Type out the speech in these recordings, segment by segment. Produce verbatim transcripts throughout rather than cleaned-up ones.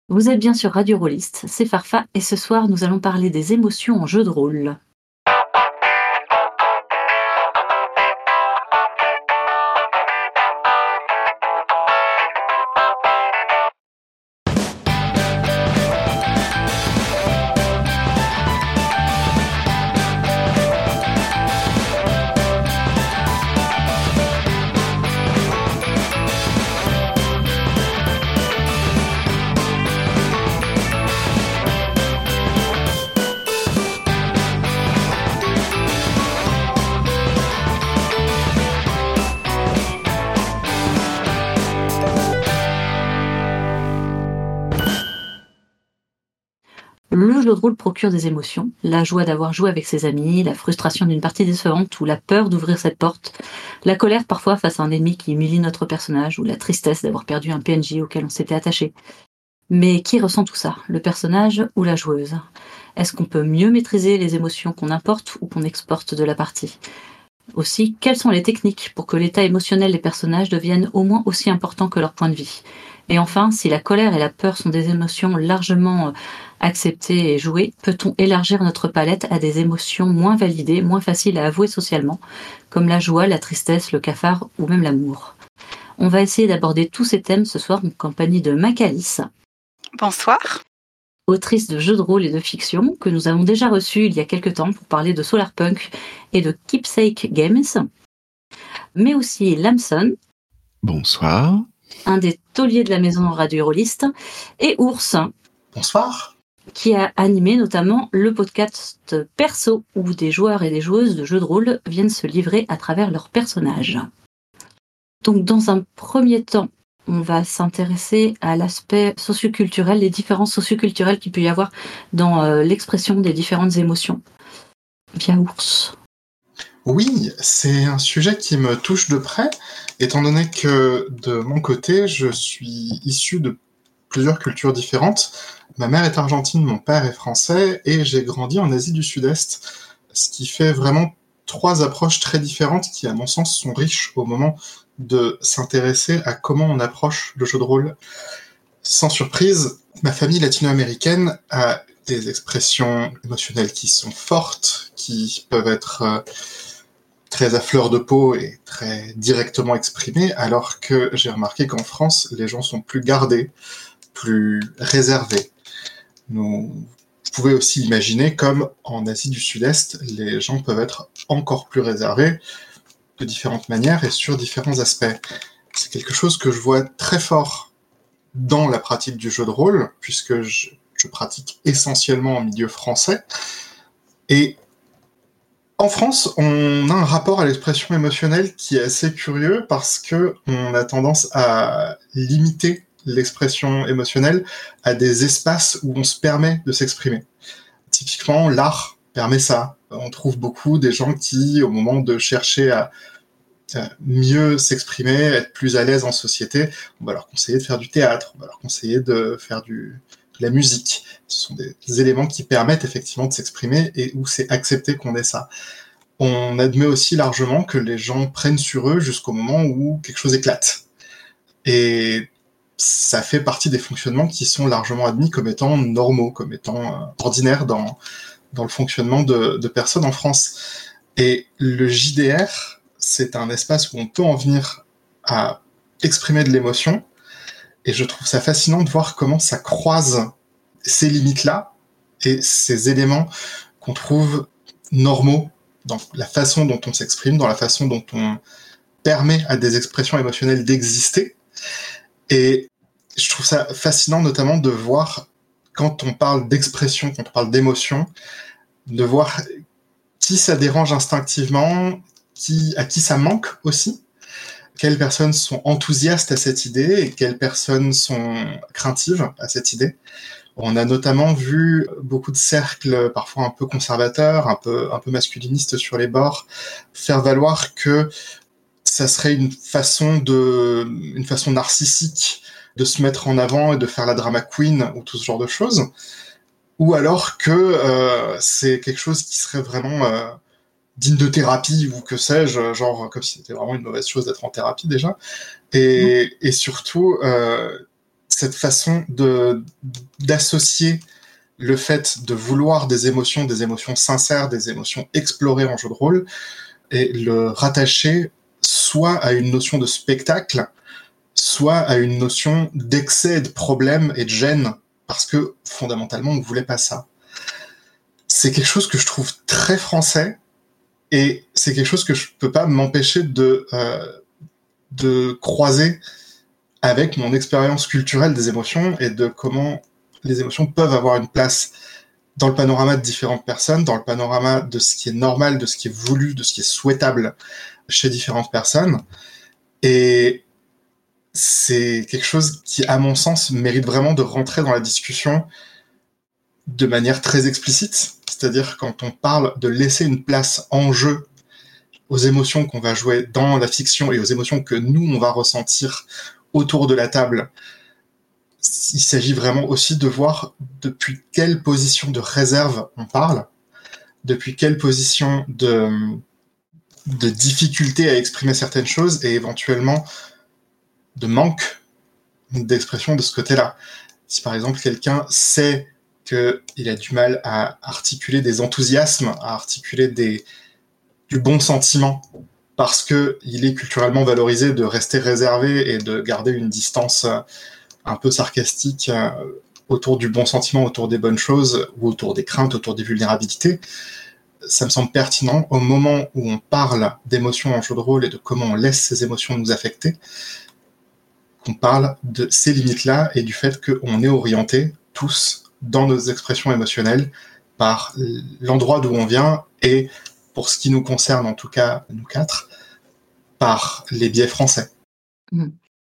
Vous êtes bien sur Radio Rollist, c'est Farfa et ce soir nous allons parler des émotions en jeu de rôle. Le jeu de rôle procure des émotions, la joie d'avoir joué avec ses amis, la frustration d'une partie décevante ou la peur d'ouvrir cette porte, la colère parfois face à un ennemi qui humilie notre personnage ou la tristesse d'avoir perdu un P N J auquel on s'était attaché. Mais qui ressent tout ça, le personnage ou la joueuse? Est-ce qu'on peut mieux maîtriser les émotions qu'on importe ou qu'on exporte de la partie? Aussi, quelles sont les techniques pour que l'état émotionnel des personnages devienne au moins aussi important que leur point de vie? Et enfin, si la colère et la peur sont des émotions largement acceptées et jouées, peut-on élargir notre palette à des émotions moins validées, moins faciles à avouer socialement, comme la joie, la tristesse, le cafard ou même l'amour? On va essayer d'aborder tous ces thèmes ce soir en compagnie de Macalis. Bonsoir. Autrice de jeux de rôle et de fiction, que nous avons déjà reçue il y a quelques temps pour parler de Solarpunk et de Keepsake Games, mais aussi Lamson. Bonsoir. Un des tauliers de la maison Radio Rollist, et Ours. Bonsoir. Qui a animé notamment le podcast Perso, où des joueurs et des joueuses de jeux de rôle viennent se livrer à travers leurs personnages. Donc dans un premier temps, on va s'intéresser à l'aspect socioculturel, les différences socioculturelles qu'il peut y avoir dans euh, l'expression des différentes émotions. Via Ours. Oui, c'est un sujet qui me touche de près, étant donné que de mon côté, je suis issu de plusieurs cultures différentes. Ma mère est argentine, mon père est français, et j'ai grandi en Asie du Sud-Est, ce qui fait vraiment trois approches très différentes qui, à mon sens, sont riches au moment de s'intéresser à comment on approche le jeu de rôle. Sans surprise, ma famille latino-américaine a des expressions émotionnelles qui sont fortes, qui peuvent être euh, très à fleur de peau et très directement exprimées, alors que j'ai remarqué qu'en France, les gens sont plus gardés, plus réservés. Nous, vous pouvez aussi imaginer comme en Asie du Sud-Est, les gens peuvent être encore plus réservés de différentes manières et sur différents aspects. C'est quelque chose que je vois très fort dans la pratique du jeu de rôle, puisque je, je pratique essentiellement en milieu français. Et en France, on a un rapport à l'expression émotionnelle qui est assez curieux parce que on a tendance à limiter l'expression émotionnelle à des espaces où on se permet de s'exprimer. Typiquement, l'art permet ça. On trouve beaucoup des gens qui, au moment de chercher à mieux s'exprimer, être plus à l'aise en société, on va leur conseiller de faire du théâtre, on va leur conseiller de faire du, de la musique. Ce sont des éléments qui permettent effectivement de s'exprimer et où c'est accepté qu'on ait ça. On admet aussi largement que les gens prennent sur eux jusqu'au moment où quelque chose éclate. Et ça fait partie des fonctionnements qui sont largement admis comme étant normaux, comme étant euh, ordinaires dans, dans le fonctionnement de, de personnes en France. Et le J D R, c'est un espace où on peut en venir à exprimer de l'émotion, et je trouve ça fascinant de voir comment ça croise ces limites-là et ces éléments qu'on trouve normaux dans la façon dont on s'exprime, dans la façon dont on permet à des expressions émotionnelles d'exister. Et je trouve ça fascinant notamment de voir, quand on parle d'expression, quand on parle d'émotion, de voir qui ça dérange instinctivement, qui, à qui ça manque aussi, quelles personnes sont enthousiastes à cette idée et quelles personnes sont craintives à cette idée. On a notamment vu beaucoup de cercles parfois un peu conservateurs, un peu, un peu masculinistes sur les bords, faire valoir que ça serait une façon de, une façon narcissique de se mettre en avant et de faire la drama queen ou tout ce genre de choses, ou alors que euh, c'est quelque chose qui serait vraiment euh, digne de thérapie ou que sais-je, genre comme si c'était vraiment une mauvaise chose d'être en thérapie déjà. Et, et surtout, euh, cette façon de, d'associer le fait de vouloir des émotions, des émotions sincères, des émotions explorées en jeu de rôle, et le rattacher soit à une notion de spectacle, soit à une notion d'excès, de problème et de gêne, parce que fondamentalement on ne voulait pas ça. C'est quelque chose que je trouve très français, et c'est quelque chose que je peux pas m'empêcher de, euh, de croiser avec mon expérience culturelle des émotions et de comment les émotions peuvent avoir une place dans le panorama de différentes personnes, dans le panorama de ce qui est normal, de ce qui est voulu, de ce qui est souhaitable chez différentes personnes. Et c'est quelque chose qui, à mon sens, mérite vraiment de rentrer dans la discussion de manière très explicite. C'est-à-dire quand on parle de laisser une place en jeu aux émotions qu'on va jouer dans la fiction et aux émotions que nous, on va ressentir autour de la table, il s'agit vraiment aussi de voir depuis quelle position de réserve on parle, depuis quelle position de, de difficulté à exprimer certaines choses et éventuellement de manque d'expression de ce côté-là. Si par exemple quelqu'un sait qu'il a du mal à articuler des enthousiasmes, à articuler des, du bon sentiment, parce qu'il est culturellement valorisé de rester réservé et de garder une distance un peu sarcastique autour du bon sentiment, autour des bonnes choses, ou autour des craintes, autour des vulnérabilités, ça me semble pertinent, au moment où on parle d'émotions en jeu de rôle et de comment on laisse ces émotions nous affecter, qu'on parle de ces limites-là et du fait qu'on est orienté, tous, dans nos expressions émotionnelles, par l'endroit d'où on vient et, pour ce qui nous concerne, en tout cas, nous quatre, par les biais français. Mmh.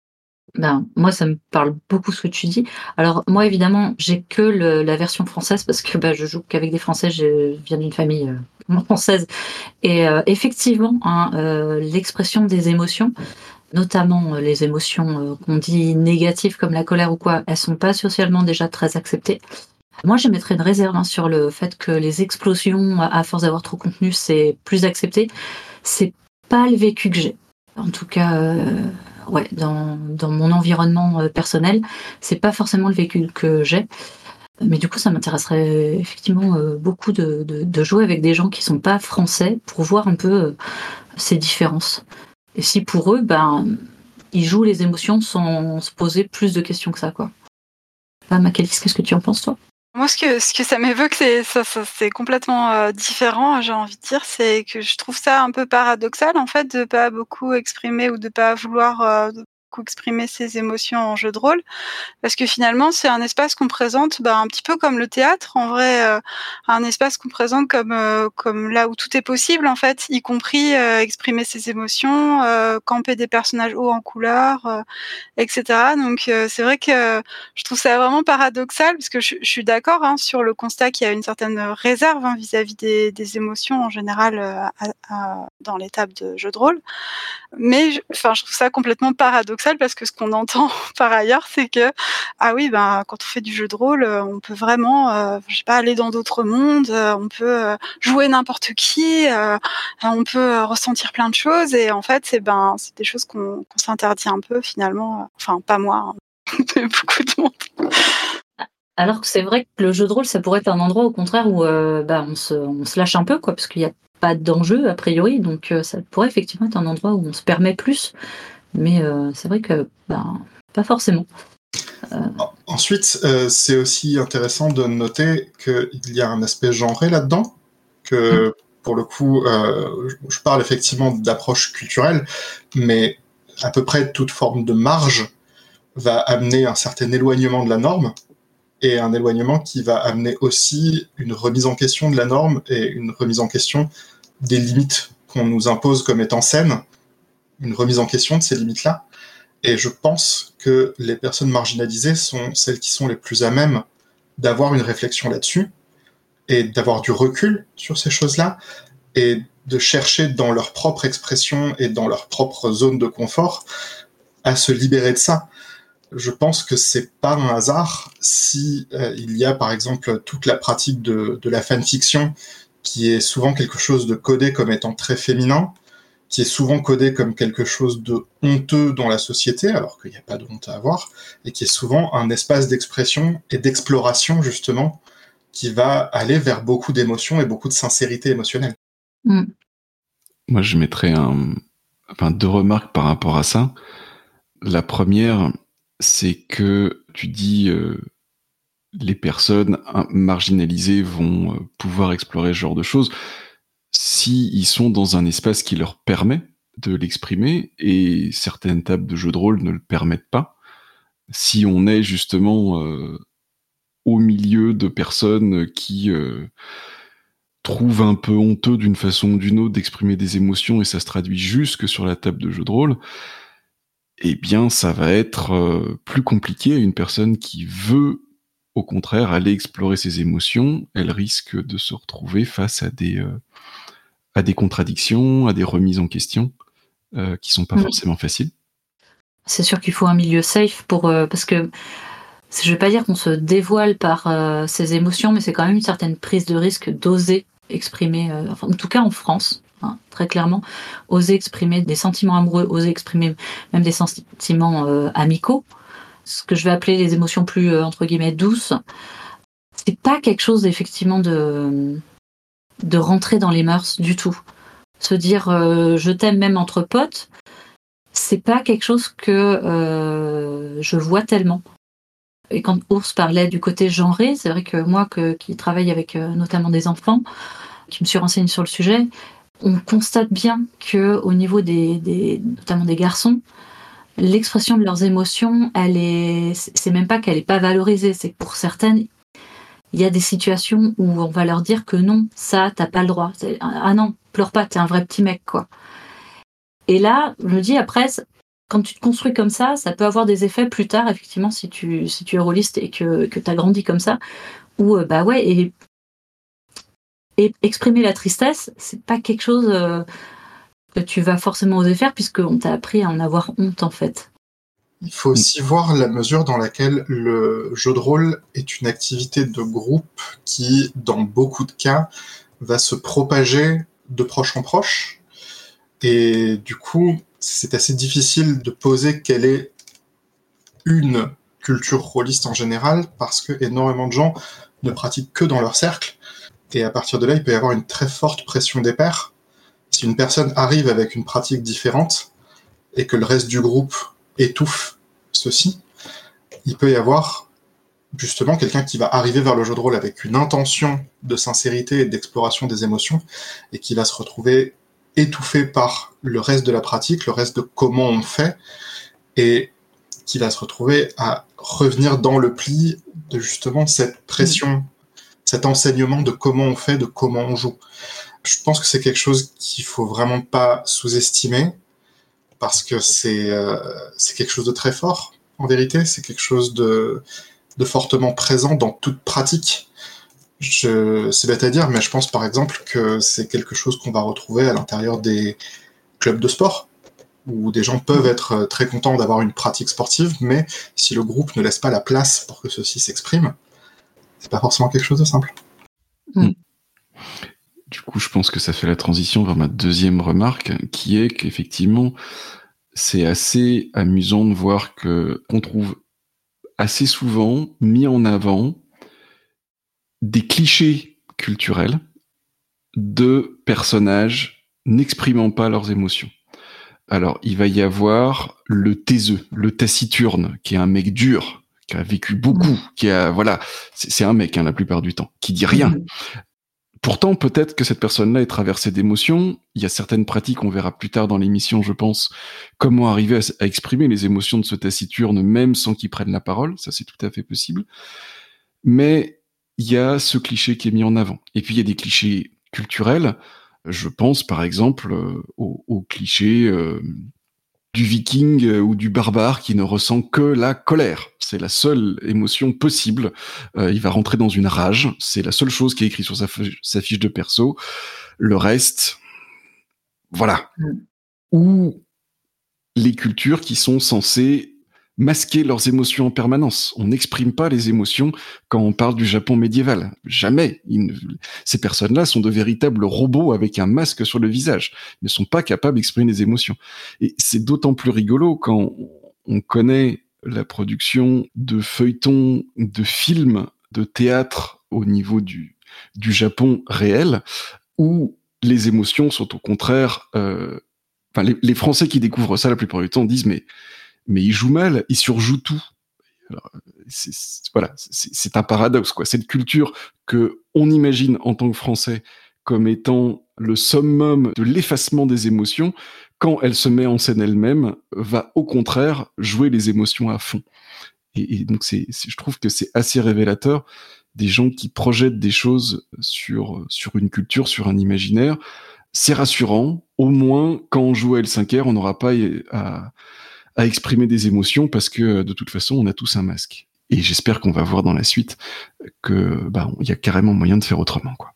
Ben, moi, ça me parle beaucoup ce que tu dis. Alors, moi, évidemment, j'ai que le, la version française parce que bah, je joue qu'avec des Français. Je viens d'une famille euh, française. Et euh, effectivement, hein, euh, l'expression des émotions, notamment euh, les émotions euh, qu'on dit négatives comme la colère ou quoi, elles sont pas socialement déjà très acceptées. Moi, je mettrais une réserve hein, sur le fait que les explosions, à force d'avoir trop contenu, c'est plus accepté. C'est pas le vécu que j'ai. En tout cas, euh, ouais, dans, dans mon environnement euh, personnel, c'est pas forcément le vécu que j'ai. Mais du coup, ça m'intéresserait effectivement euh, beaucoup de, de, de jouer avec des gens qui sont pas français pour voir un peu euh, ces différences. Et si pour eux, ben, ils jouent les émotions sans se poser plus de questions que ça, quoi. Ah, Macalis, qu'est-ce que tu en penses, toi ? Moi, ce que, ce que ça m'évoque, c'est, ça, ça, c'est complètement euh, différent, j'ai envie de dire. C'est que je trouve ça un peu paradoxal, en fait, de pas beaucoup exprimer ou de pas vouloir euh, beaucoup exprimer ses émotions en jeu de rôle. Parce que finalement, c'est un espace qu'on présente bah, un petit peu comme le théâtre, en vrai, euh, un espace qu'on présente comme, euh, comme là où tout est possible, en fait, y compris euh, exprimer ses émotions, euh, camper des personnages hauts en couleur, euh, et cetera. Donc euh, c'est vrai que je trouve ça vraiment paradoxal, parce que je, je suis d'accord hein, sur le constat qu'il y a une certaine réserve hein, vis-à-vis des, des émotions en général euh, à, à, dans les tables de jeu de rôle. Mais je, enfin, je trouve ça complètement paradoxal, parce que ce qu'on entend par ailleurs, c'est que ah oui, ben quand on fait du jeu de rôle, on peut vraiment, euh, je sais pas, aller dans d'autres mondes, euh, on peut euh, jouer n'importe qui, euh, on peut euh, ressentir plein de choses, et en fait, c'est ben c'est des choses qu'on, qu'on s'interdit un peu finalement. Enfin, pas moi, hein, mais beaucoup de monde. Alors que c'est vrai que le jeu de rôle, ça pourrait être un endroit au contraire où euh, bah, on, se, on se lâche un peu, quoi, parce qu'il n'y a pas d'enjeu a priori, donc euh, ça pourrait effectivement être un endroit où on se permet plus, mais euh, c'est vrai que bah, pas forcément. Euh... Ensuite, euh, c'est aussi intéressant de noter qu'il y a un aspect genré là-dedans, que mmh. pour le coup, euh, je parle effectivement d'approche culturelle, mais à peu près toute forme de marge va amener un certain éloignement de la norme, et un éloignement qui va amener aussi une remise en question de la norme et une remise en question des limites qu'on nous impose comme étant saines, une remise en question de ces limites-là. Et je pense que les personnes marginalisées sont celles qui sont les plus à même d'avoir une réflexion là-dessus et d'avoir du recul sur ces choses-là et de chercher dans leur propre expression et dans leur propre zone de confort à se libérer de ça. Je pense que c'est pas un hasard si euh, il y a par exemple toute la pratique de, de la fanfiction qui est souvent quelque chose de codé comme étant très féminin, qui est souvent codé comme quelque chose de honteux dans la société, alors qu'il n'y a pas de honte à avoir, et qui est souvent un espace d'expression et d'exploration, justement, qui va aller vers beaucoup d'émotions et beaucoup de sincérité émotionnelle. Mm. Moi, je mettrais un, enfin, deux remarques par rapport à ça. La première, c'est que tu dis euh, les personnes marginalisées vont euh, pouvoir explorer ce genre de choses si ils sont dans un espace qui leur permet de l'exprimer, et certaines tables de jeux de rôle ne le permettent pas. Si on est justement euh, au milieu de personnes qui euh, trouvent un peu honteux d'une façon ou d'une autre d'exprimer des émotions, et ça se traduit jusque sur la table de jeu de rôle, eh bien ça va être euh, plus compliqué à une personne qui veut au contraire aller explorer ses émotions. Elle risque de se retrouver face à des, euh, à des contradictions, à des remises en question euh, qui sont pas Mmh. forcément faciles. C'est sûr qu'il faut un milieu safe pour euh, parce que je vais pas dire qu'on se dévoile par euh, ses émotions, mais c'est quand même une certaine prise de risque d'oser exprimer, euh, enfin, en tout cas en France, hein, très clairement, oser exprimer des sentiments amoureux, oser exprimer même des sentiments euh, amicaux, ce que je vais appeler les émotions plus euh, entre guillemets douces. C'est pas quelque chose effectivement de de rentrer dans les mœurs du tout. Se dire euh, je t'aime même entre potes, c'est pas quelque chose que euh, je vois tellement. Et quand Ours parlait du côté genré, c'est vrai que moi que, qui travaille avec euh, notamment des enfants, qui me suis renseignée sur le sujet, on constate bien que au niveau des, des notamment des garçons, l'expression de leurs émotions, elle est, c'est même pas qu'elle est pas valorisée, c'est que pour certaines, il y a des situations où on va leur dire que non, ça, t'as pas le droit. C'est, ah non, pleure pas, t'es un vrai petit mec, quoi. Et là, je me dis après, quand tu te construis comme ça, ça peut avoir des effets plus tard, effectivement, si tu, si tu es rôliste et que, que t'as grandi comme ça, où, euh, bah ouais, et, et exprimer la tristesse, c'est pas quelque chose euh, que tu vas forcément oser faire, puisqu'on t'a appris à en avoir honte, en fait. Il faut aussi voir la mesure dans laquelle le jeu de rôle est une activité de groupe qui, dans beaucoup de cas, va se propager de proche en proche. Et du coup, c'est assez difficile de poser quelle est une culture rôliste en général, parce que énormément de gens ne pratiquent que dans leur cercle. Et à partir de là, il peut y avoir une très forte pression des pairs. Si une personne arrive avec une pratique différente, et que le reste du groupe étouffe ceci, il peut y avoir justement quelqu'un qui va arriver vers le jeu de rôle avec une intention de sincérité et d'exploration des émotions, et qui va se retrouver étouffé par le reste de la pratique, le reste de comment on fait, et qui va se retrouver à revenir dans le pli de justement cette pression, mmh. cet enseignement de comment on fait, de comment on joue. Je pense que c'est quelque chose qu'il faut vraiment pas sous-estimer, parce que c'est, euh, c'est quelque chose de très fort, en vérité. C'est quelque chose de, de fortement présent dans toute pratique. Je, c'est bête à dire, mais je pense par exemple que c'est quelque chose qu'on va retrouver à l'intérieur des clubs de sport, où des gens peuvent être très contents d'avoir une pratique sportive, mais si le groupe ne laisse pas la place pour que ceux-ci s'expriment, c'est pas forcément quelque chose de simple. Mmh. Du coup, je pense que ça fait la transition vers ma deuxième remarque, qui est qu'effectivement, c'est assez amusant de voir que on trouve assez souvent mis en avant des clichés culturels de personnages n'exprimant pas leurs émotions. Alors, il va y avoir le taiseux, le taciturne, qui est un mec dur, qui a vécu beaucoup, qui a, voilà, c'est, c'est un mec, hein, la plupart du temps, qui dit rien. Mmh. Pourtant, peut-être que cette personne-là est traversée d'émotions. Il y a certaines pratiques, on verra plus tard dans l'émission, je pense, comment arriver à, à exprimer les émotions de ce taciturne, même sans qu'il prenne la parole. Ça, c'est tout à fait possible. Mais il y a ce cliché qui est mis en avant. Et puis, il y a des clichés culturels. Je pense, par exemple, euh, au, au cliché euh, du viking euh, ou du barbare qui ne ressent que la colère. C'est la seule émotion possible. Euh, il va rentrer dans une rage. C'est la seule chose qui est écrite sur sa, f- sa fiche de perso. Le reste, voilà. Mm. Ou les cultures qui sont censées masquer leurs émotions en permanence. On n'exprime pas les émotions quand on parle du Japon médiéval. Jamais. Ils, ces personnes-là sont de véritables robots avec un masque sur le visage. Ils ne sont pas capables d'exprimer des émotions. Et c'est d'autant plus rigolo quand on connaît la production de feuilletons, de films, de théâtre au niveau du, du Japon réel, où les émotions sont au contraire... Euh, enfin, les, les Français qui découvrent ça la plupart du temps disent mais, mais ils jouent mal, ils surjouent tout. Alors, c'est, c'est, voilà, c'est, c'est un paradoxe, quoi. Cette culture que on imagine en tant que Français comme étant le summum de l'effacement des émotions, quand elle se met en scène elle-même, va au contraire jouer les émotions à fond. Et, et donc, c'est, c'est, je trouve que c'est assez révélateur des gens qui projettent des choses sur, sur une culture, sur un imaginaire. C'est rassurant. Au moins, quand on joue à L cinq R, on n'aura pas à, à exprimer des émotions parce que, de toute façon, on a tous un masque. Et j'espère qu'on va voir dans la suite que, bah, il y a carrément moyen de faire autrement, quoi.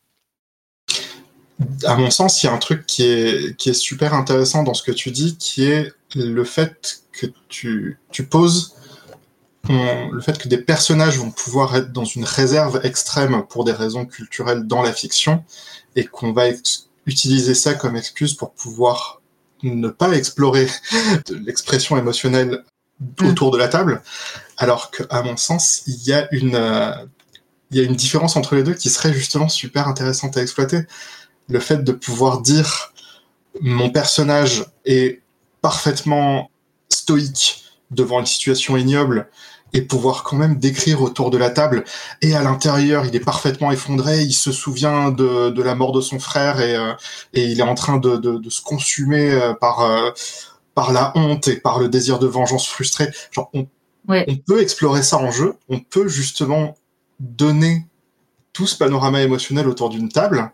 À mon sens, il y a un truc qui est, qui est super intéressant dans ce que tu dis, qui est le fait que tu, tu poses, on, le fait que des personnages vont pouvoir être dans une réserve extrême pour des raisons culturelles dans la fiction, et qu'on va ex- utiliser ça comme excuse pour pouvoir ne pas explorer l'expression émotionnelle autour de la table, alors qu'à mon sens, il y a une, euh, il y a une différence entre les deux qui serait justement super intéressante à exploiter. Le fait de pouvoir dire mon personnage est parfaitement stoïque devant une situation ignoble et pouvoir quand même décrire autour de la table, et à l'intérieur il est parfaitement effondré, il se souvient de, de la mort de son frère et, euh, et il est en train de, de, de se consumer euh, par, euh, par la honte et par le désir de vengeance frustré. Genre, on, ouais. on peut explorer ça en jeu, on peut justement donner tout ce panorama émotionnel autour d'une table.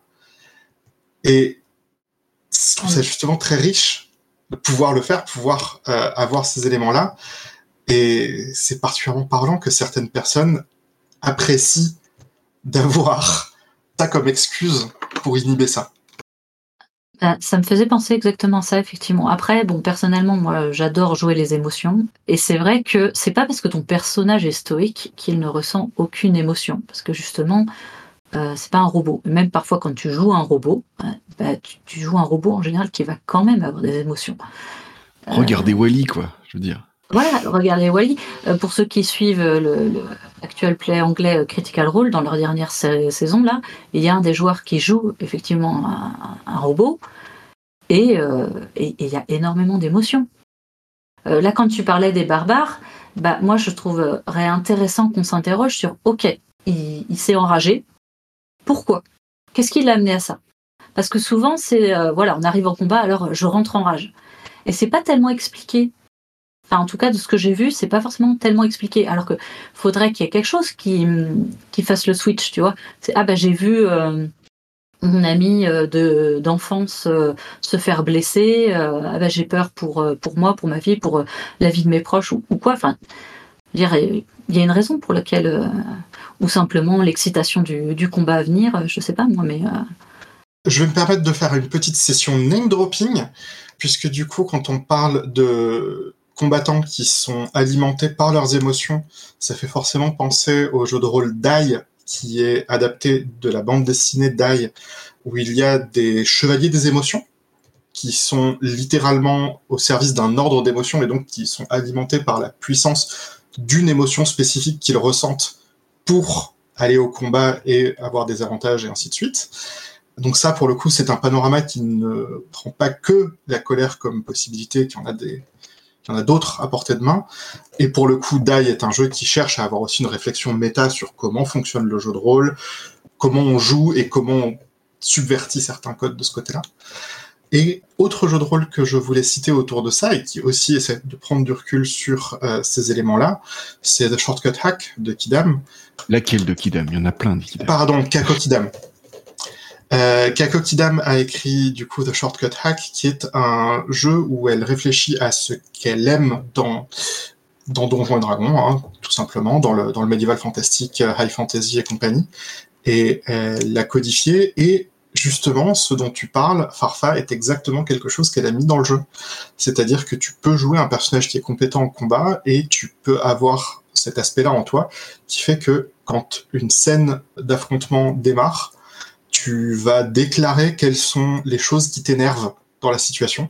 Et je trouve ça justement très riche de pouvoir le faire, pouvoir euh, avoir ces éléments-là. Et c'est particulièrement parlant que certaines personnes apprécient d'avoir ça comme excuse pour inhiber ça. Ben, ça me faisait penser exactement à ça, effectivement. Après, bon, personnellement, moi, j'adore jouer les émotions. Et c'est vrai que c'est pas parce que ton personnage est stoïque qu'il ne ressent aucune émotion. Parce que justement... Euh, c'est pas un robot. Même parfois, quand tu joues un robot, euh, bah, tu, tu joues un robot en général qui va quand même avoir des émotions. Regardez euh, Wall-E, quoi, je veux dire. Voilà, regardez Wall-E. Euh, pour ceux qui suivent le, le actual play anglais Critical Role, dans leur dernière sa- saison, là, il y a un des joueurs qui joue effectivement un, un robot, et euh, et il y a énormément d'émotions. Euh, là, quand tu parlais des barbares, bah, moi, je trouverais intéressant qu'on s'interroge sur, ok, il, il s'est enragé. Pourquoi ? Qu'est-ce qui l'a amené à ça ? Parce que souvent, c'est, euh, voilà, on arrive en combat, alors je rentre en rage. Et c'est pas tellement expliqué. Enfin, en tout cas, de ce que j'ai vu, c'est pas forcément tellement expliqué. Alors que faudrait qu'il y ait quelque chose qui, qui fasse le switch, tu vois. C'est, ah bah j'ai vu euh, mon ami euh, de, d'enfance euh, se faire blesser, euh, ah bah j'ai peur pour, euh, pour moi, pour ma vie, pour euh, la vie de mes proches, ou, ou quoi. Enfin, je veux dire, il y a une raison pour laquelle... Euh, ou simplement l'excitation du, du combat à venir, je sais pas moi, mais... Euh... Je vais me permettre de faire une petite session name-dropping, puisque du coup, quand on parle de combattants qui sont alimentés par leurs émotions, ça fait forcément penser au jeu de rôle Die, qui est adapté de la bande dessinée Die, où il y a des chevaliers des émotions, qui sont littéralement au service d'un ordre d'émotions, et donc qui sont alimentés par la puissance d'une émotion spécifique qu'ils ressentent pour aller au combat et avoir des avantages et ainsi de suite. Donc ça, pour le coup, c'est un panorama qui ne prend pas que la colère comme possibilité, qu'il y en a des, qu'il y en a d'autres à portée de main. Et pour le coup, Die est un jeu qui cherche à avoir aussi une réflexion méta sur comment fonctionne le jeu de rôle, comment on joue et comment on subvertit certains codes de ce côté-là. Et autre jeu de rôle que je voulais citer autour de ça, et qui aussi essaie de prendre du recul sur euh, ces éléments-là, c'est The Shortcut Hack de Quidam. Laquelle de Quidam ? Il y en a plein de Quidam. Pardon, Kako Quidam. Euh, Kako Quidam a écrit du coup The Shortcut Hack, qui est un jeu où elle réfléchit à ce qu'elle aime dans dans Donjons et Dragons, hein, tout simplement, dans le dans le médiéval fantastique, high fantasy et compagnie, et elle l'a codifié et justement, ce dont tu parles, Farfa, est exactement quelque chose qu'elle a mis dans le jeu. C'est-à-dire que tu peux jouer un personnage qui est compétent en combat et tu peux avoir cet aspect-là en toi qui fait que quand une scène d'affrontement démarre, tu vas déclarer quelles sont les choses qui t'énervent dans la situation.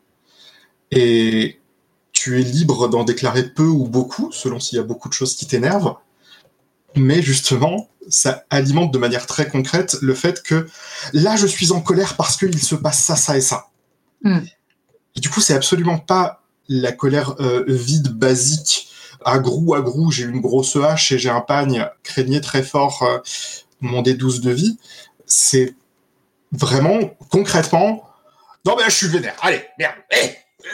Et tu es libre d'en déclarer peu ou beaucoup, selon s'il y a beaucoup de choses qui t'énervent. Mais justement, ça alimente de manière très concrète le fait que là, je suis en colère parce qu'il se passe ça, ça et ça. Mm. Et du coup, c'est absolument pas la colère euh, vide, basique, agrou, agrou, j'ai une grosse hache et j'ai un pagne, craignez très fort euh, mon dé douze de vie. C'est vraiment, concrètement, non mais là, je suis vénère, allez, merde, hey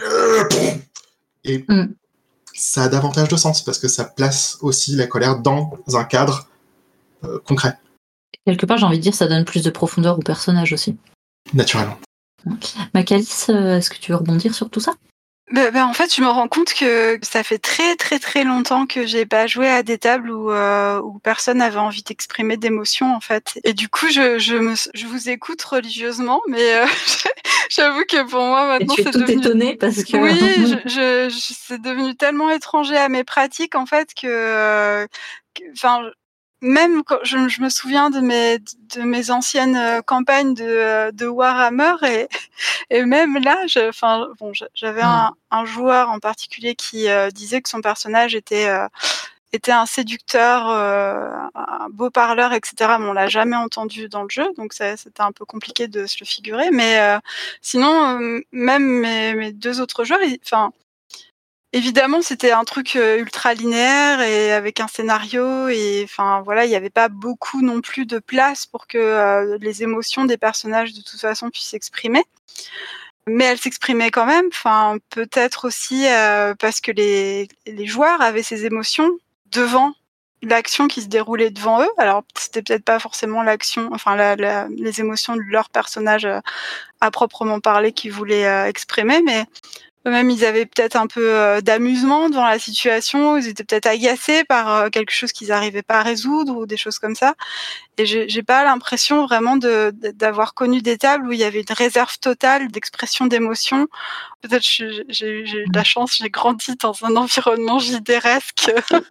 et Mm. ça a davantage de sens parce que ça place aussi la colère dans un cadre euh, concret. Quelque part, j'ai envie de dire, ça donne plus de profondeur au personnage aussi. Naturellement. Macalis, euh, est-ce que tu veux rebondir sur tout ça? Bah, bah, en fait, je me rends compte que ça fait très très très longtemps que j'ai pas joué à des tables où, euh, où personne n'avait envie d'exprimer d'émotions en fait. Et du coup, je, je, me, je vous écoute religieusement, mais euh, j'avoue que pour moi maintenant Et tu es c'est tout devenu... étonnée parce que... Oui, je, je, je, c'est devenu tellement étranger à mes pratiques en fait que... Enfin... Euh, Même quand je, je me souviens de mes de mes anciennes campagnes de de Warhammer et et même là, enfin bon, j'avais Mm. un, un joueur en particulier qui euh, disait que son personnage était euh, était un séducteur, euh, un beau parleur, et cetera. Mais on l'a jamais entendu dans le jeu, donc ça, c'était un peu compliqué de se le figurer. Mais euh, sinon, euh, même mes, mes deux autres joueurs, enfin. Évidemment, c'était un truc ultra linéaire et avec un scénario et enfin voilà, il n'y avait pas beaucoup non plus de place pour que euh, les émotions des personnages de toute façon puissent s'exprimer. Mais elles s'exprimaient quand même, enfin peut-être aussi euh, parce que les les joueurs avaient ces émotions devant l'action qui se déroulait devant eux. Alors c'était peut-être pas forcément l'action, enfin la, la, les émotions de leur personnage euh, à proprement parler qu'ils voulaient euh, exprimer, mais eux-mêmes, ils avaient peut-être un peu euh, d'amusement devant la situation, ils étaient peut-être agacés par euh, quelque chose qu'ils n'arrivaient pas à résoudre ou des choses comme ça. Et j'ai, j'ai pas l'impression vraiment de, de, d'avoir connu des tables où il y avait une réserve totale d'expression d'émotions. Peut-être j'ai, j'ai, j'ai eu de la chance, j'ai grandi dans un environnement jidéresque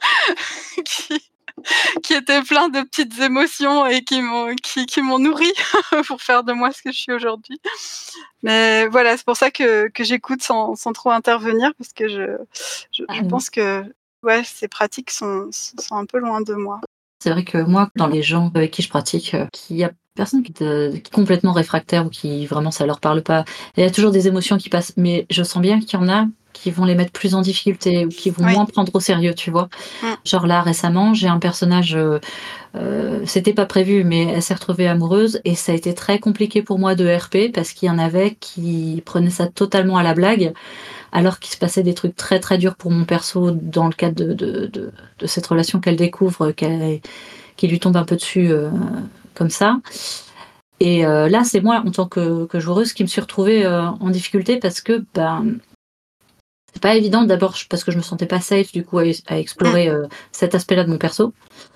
qui... qui était plein de petites émotions et qui m'ont qui, qui m'ont nourri pour faire de moi ce que je suis aujourd'hui. Mais voilà, c'est pour ça que que j'écoute sans sans trop intervenir parce que je je, je pense que ouais, ces pratiques sont sont un peu loin de moi. C'est vrai que moi, dans les gens avec qui je pratique, euh, qu'il y a personne qui est complètement réfractaire ou qui vraiment ça leur parle pas. Il y a toujours des émotions qui passent, mais je sens bien qu'il y en a qui vont les mettre plus en difficulté ou qui vont oui. moins prendre au sérieux, tu vois. Mm. Genre là, récemment, j'ai un personnage, euh, euh, c'était pas prévu, mais elle s'est retrouvée amoureuse et ça a été très compliqué pour moi de R P parce qu'il y en avait qui prenaient ça totalement à la blague, alors qu'il se passait des trucs très très durs pour mon perso dans le cadre de, de, de, de cette relation qu'elle découvre, qu'elle, qui lui tombe un peu dessus euh, comme ça. Et euh, là, c'est moi, en tant que, que joueuse, qui me suis retrouvée euh, en difficulté parce que ben, c'est pas évident, d'abord parce que je me sentais pas safe du coup à, à explorer euh, cet aspect-là de mon perso.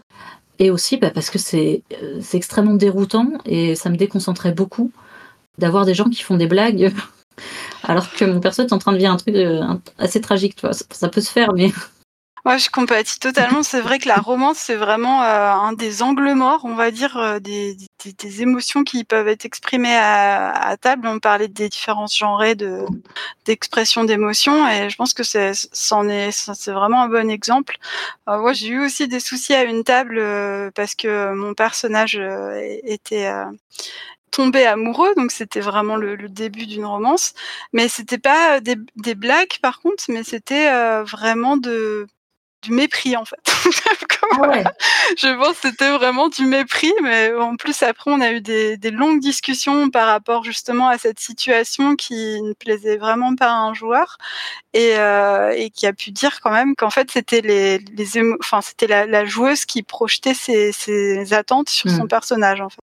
Et aussi bah, parce que c'est, euh, c'est extrêmement déroutant et ça me déconcentrait beaucoup d'avoir des gens qui font des blagues alors que mon perso est en train de vivre un truc euh, assez tragique. Tu vois. Ça, ça peut se faire, mais... Ouais, je compatis totalement. C'est vrai que la romance, c'est vraiment euh, un des angles morts, on va dire, euh, des, des, des émotions qui peuvent être exprimées à, à table. On parlait des différences genrées de, d'expression d'émotions, et je pense que c'est, c'en est, c'est vraiment un bon exemple. Euh, moi, j'ai eu aussi des soucis à une table euh, parce que mon personnage euh, était... Euh, tombé amoureux, donc c'était vraiment le, le début d'une romance, mais c'était pas des, des blagues par contre, mais c'était euh, vraiment de du mépris en fait. Ah ouais. Je pense que c'était vraiment du mépris, mais en plus après on a eu des, des longues discussions par rapport justement à cette situation qui ne plaisait vraiment pas à un joueur et, euh, et qui a pu dire quand même qu'en fait c'était les, les émo- enfin c'était la, la joueuse qui projetait ses, ses attentes sur mmh. son personnage en fait.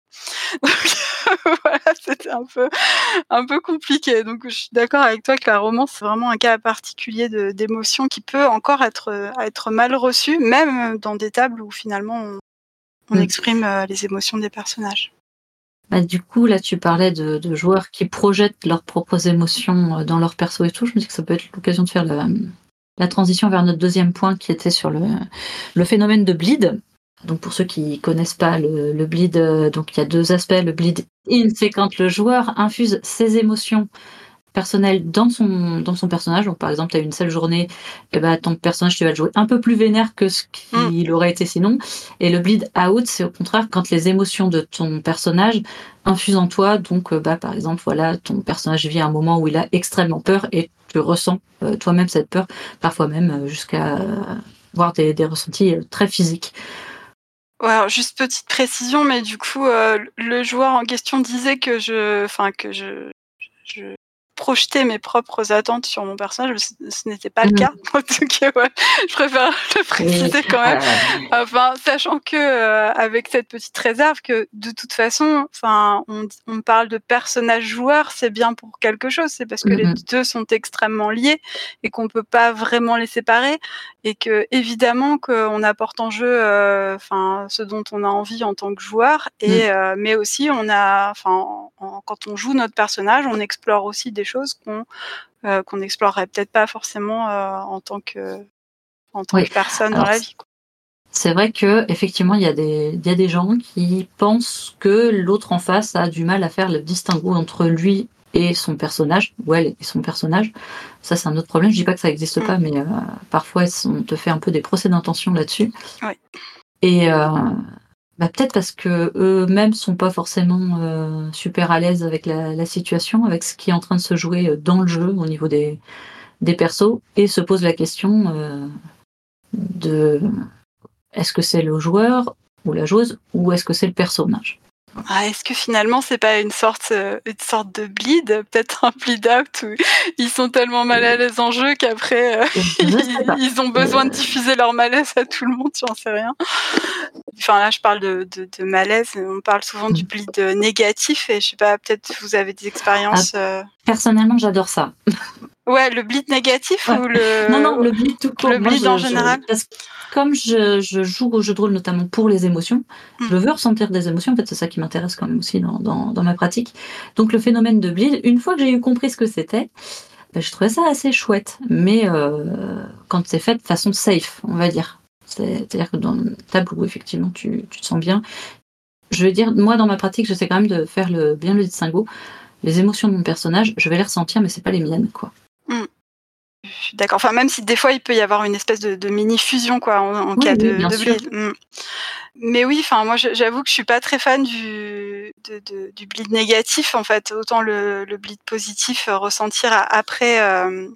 Donc voilà, c'était un peu un peu compliqué. Donc je suis d'accord avec toi que la romance c'est vraiment un cas particulier de, d'émotion qui peut encore être être mal reçu, même dans des tables où finalement on, on mmh. exprime les émotions des personnages. Bah, du coup, là, tu parlais de, de joueurs qui projettent leurs propres émotions dans leur perso et tout. Je me dis que ça peut être l'occasion de faire la, la transition vers notre deuxième point qui était sur le, le phénomène de bleed. Donc, pour ceux qui connaissent pas le, le bleed, donc il y a deux aspects. Le bleed in, c'est quand le joueur infuse ses émotions personnel dans son dans son personnage. Donc par exemple, tu as une seule journée, et ben ton personnage tu vas le jouer un peu plus vénère que ce qu'il mm. aurait été sinon. Et le bleed out, c'est au contraire quand les émotions de ton personnage infusent en toi. Donc bah par exemple, voilà, ton personnage vit un moment où il a extrêmement peur et tu ressens euh, toi-même cette peur, parfois même euh, jusqu'à euh, voir des, des ressentis euh, très physiques. Ouais, alors juste petite précision, mais du coup, euh, le joueur en question disait que je, enfin que je, je projeter mes propres attentes sur mon personnage, ce, ce n'était pas mmh. le cas. En tout cas, ouais, je préfère le préciser quand même. Enfin, sachant que euh, avec cette petite réserve que de toute façon, enfin, on, on parle de personnage joueur, c'est bien pour quelque chose. C'est parce que mmh. les deux sont extrêmement liés et qu'on peut pas vraiment les séparer et que évidemment qu'on apporte en jeu, enfin, euh, ce dont on a envie en tant que joueur et mmh. euh, mais aussi on a, enfin, quand on joue notre personnage, on explore aussi des choses qu'on euh, qu'on n'explorerait peut-être pas forcément euh, en tant que en tant oui. que personne Alors, dans la vie, quoi. C'est vrai que effectivement il y a des il y a des gens qui pensent que l'autre en face a du mal à faire le distinguo entre lui et son personnage, ou elle et son personnage. Ça c'est un autre problème. Je dis pas que ça n'existe mmh. pas, mais euh, parfois on te fait un peu des procès d'intention là-dessus. Oui. Et euh, bah, peut-être parce que eux-mêmes sont pas forcément euh, super à l'aise avec la, la situation, avec ce qui est en train de se jouer dans le jeu au niveau des, des persos, et se posent la question euh, de est-ce que c'est le joueur ou la joueuse ou est-ce que c'est le personnage. Ah, est-ce que finalement c'est pas une sorte euh, une sorte de bleed, peut-être un bleed out où ils sont tellement mal à l'aise en jeu qu'après euh, ils, ils ont besoin euh... de diffuser leur malaise à tout le monde, j'en sais rien. Enfin là je parle de, de, de malaise, on parle souvent du bleed négatif et je sais pas, peut-être vous avez des expériences. Ah, euh... Personnellement j'adore ça. Ouais, le bleed négatif ouais. ou le non non le bleed tout court. Le bleed Moi, en je, général. Je, parce que comme je, je joue au jeu de rôle notamment pour les émotions, mmh. je veux ressentir des émotions. En fait, c'est ça qui m'intéresse quand même aussi dans, dans, dans ma pratique. Donc le phénomène de bleed, une fois que j'ai eu compris ce que c'était, ben, je trouvais ça assez chouette. Mais euh, quand c'est fait de façon safe, on va dire. C'est-à-dire que dans une table où effectivement tu, tu te sens bien. Je veux dire, moi dans ma pratique, j'essaie quand même de faire le, bien le distinguo. Les émotions de mon personnage, je vais les ressentir, mais c'est pas les miennes, quoi. Mmh. Je suis d'accord. Enfin, même si des fois il peut y avoir une espèce de, de mini fusion, quoi, en, en oui, cas oui, de, bien de sûr. bleed. Mmh. Mais oui, enfin, moi, j'avoue que je suis pas très fan du de, de, du bleed négatif. En fait, autant le, le bleed positif euh, ressentir à, après. Euh,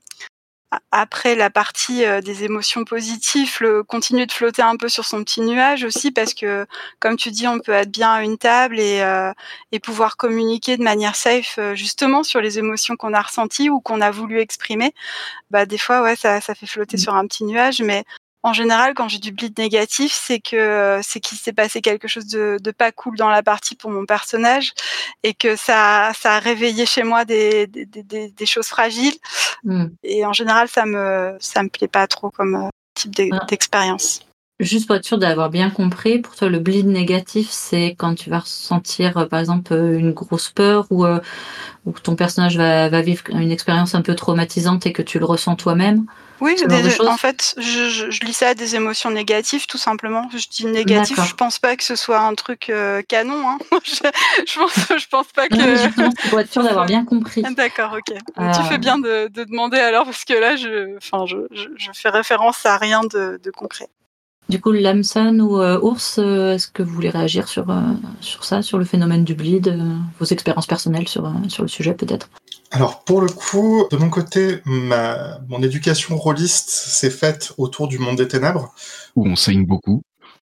après la partie euh, des émotions positives, le continuer de flotter un peu sur son petit nuage aussi, parce que, comme tu dis, on peut être bien à une table et, euh, et pouvoir communiquer de manière safe, euh, justement, sur les émotions qu'on a ressenties ou qu'on a voulu exprimer. Bah, des fois, ouais, ça, ça fait flotter mmh. sur un petit nuage, mais en général, quand j'ai du bleed négatif, c'est que c'est qu'il s'est passé quelque chose de, de pas cool dans la partie pour mon personnage et que ça, ça a réveillé chez moi des, des, des, des choses fragiles. Mm. Et en général, ça me, ça me plaît pas trop comme type d'expérience. Juste pour être sûr d'avoir bien compris, pour toi, le bleed négatif, c'est quand tu vas ressentir, par exemple, une grosse peur ou, euh, ou que ton personnage va, va vivre une expérience un peu traumatisante et que tu le ressens toi-même. Oui, des, en fait, je, je, je lis ça à des émotions négatives, tout simplement. Je dis négatif, D'accord. Je pense pas que ce soit un truc euh, canon. Hein. je, je, pense, je pense pas que... Non, justement, c'est pour être sûr d'avoir bien compris. D'accord, ok. Euh... Tu fais bien de, de demander alors, parce que là, je, enfin, je, je, je fais référence à rien de, de concret. Du coup, Lamson ou euh, Ours, euh, est-ce que vous voulez réagir sur, euh, sur ça, sur le phénomène du bleed, euh, vos expériences personnelles sur, euh, sur le sujet peut-être ? Alors pour le coup, de mon côté, ma, mon éducation rôliste s'est faite autour du monde des ténèbres. Où on saigne beaucoup.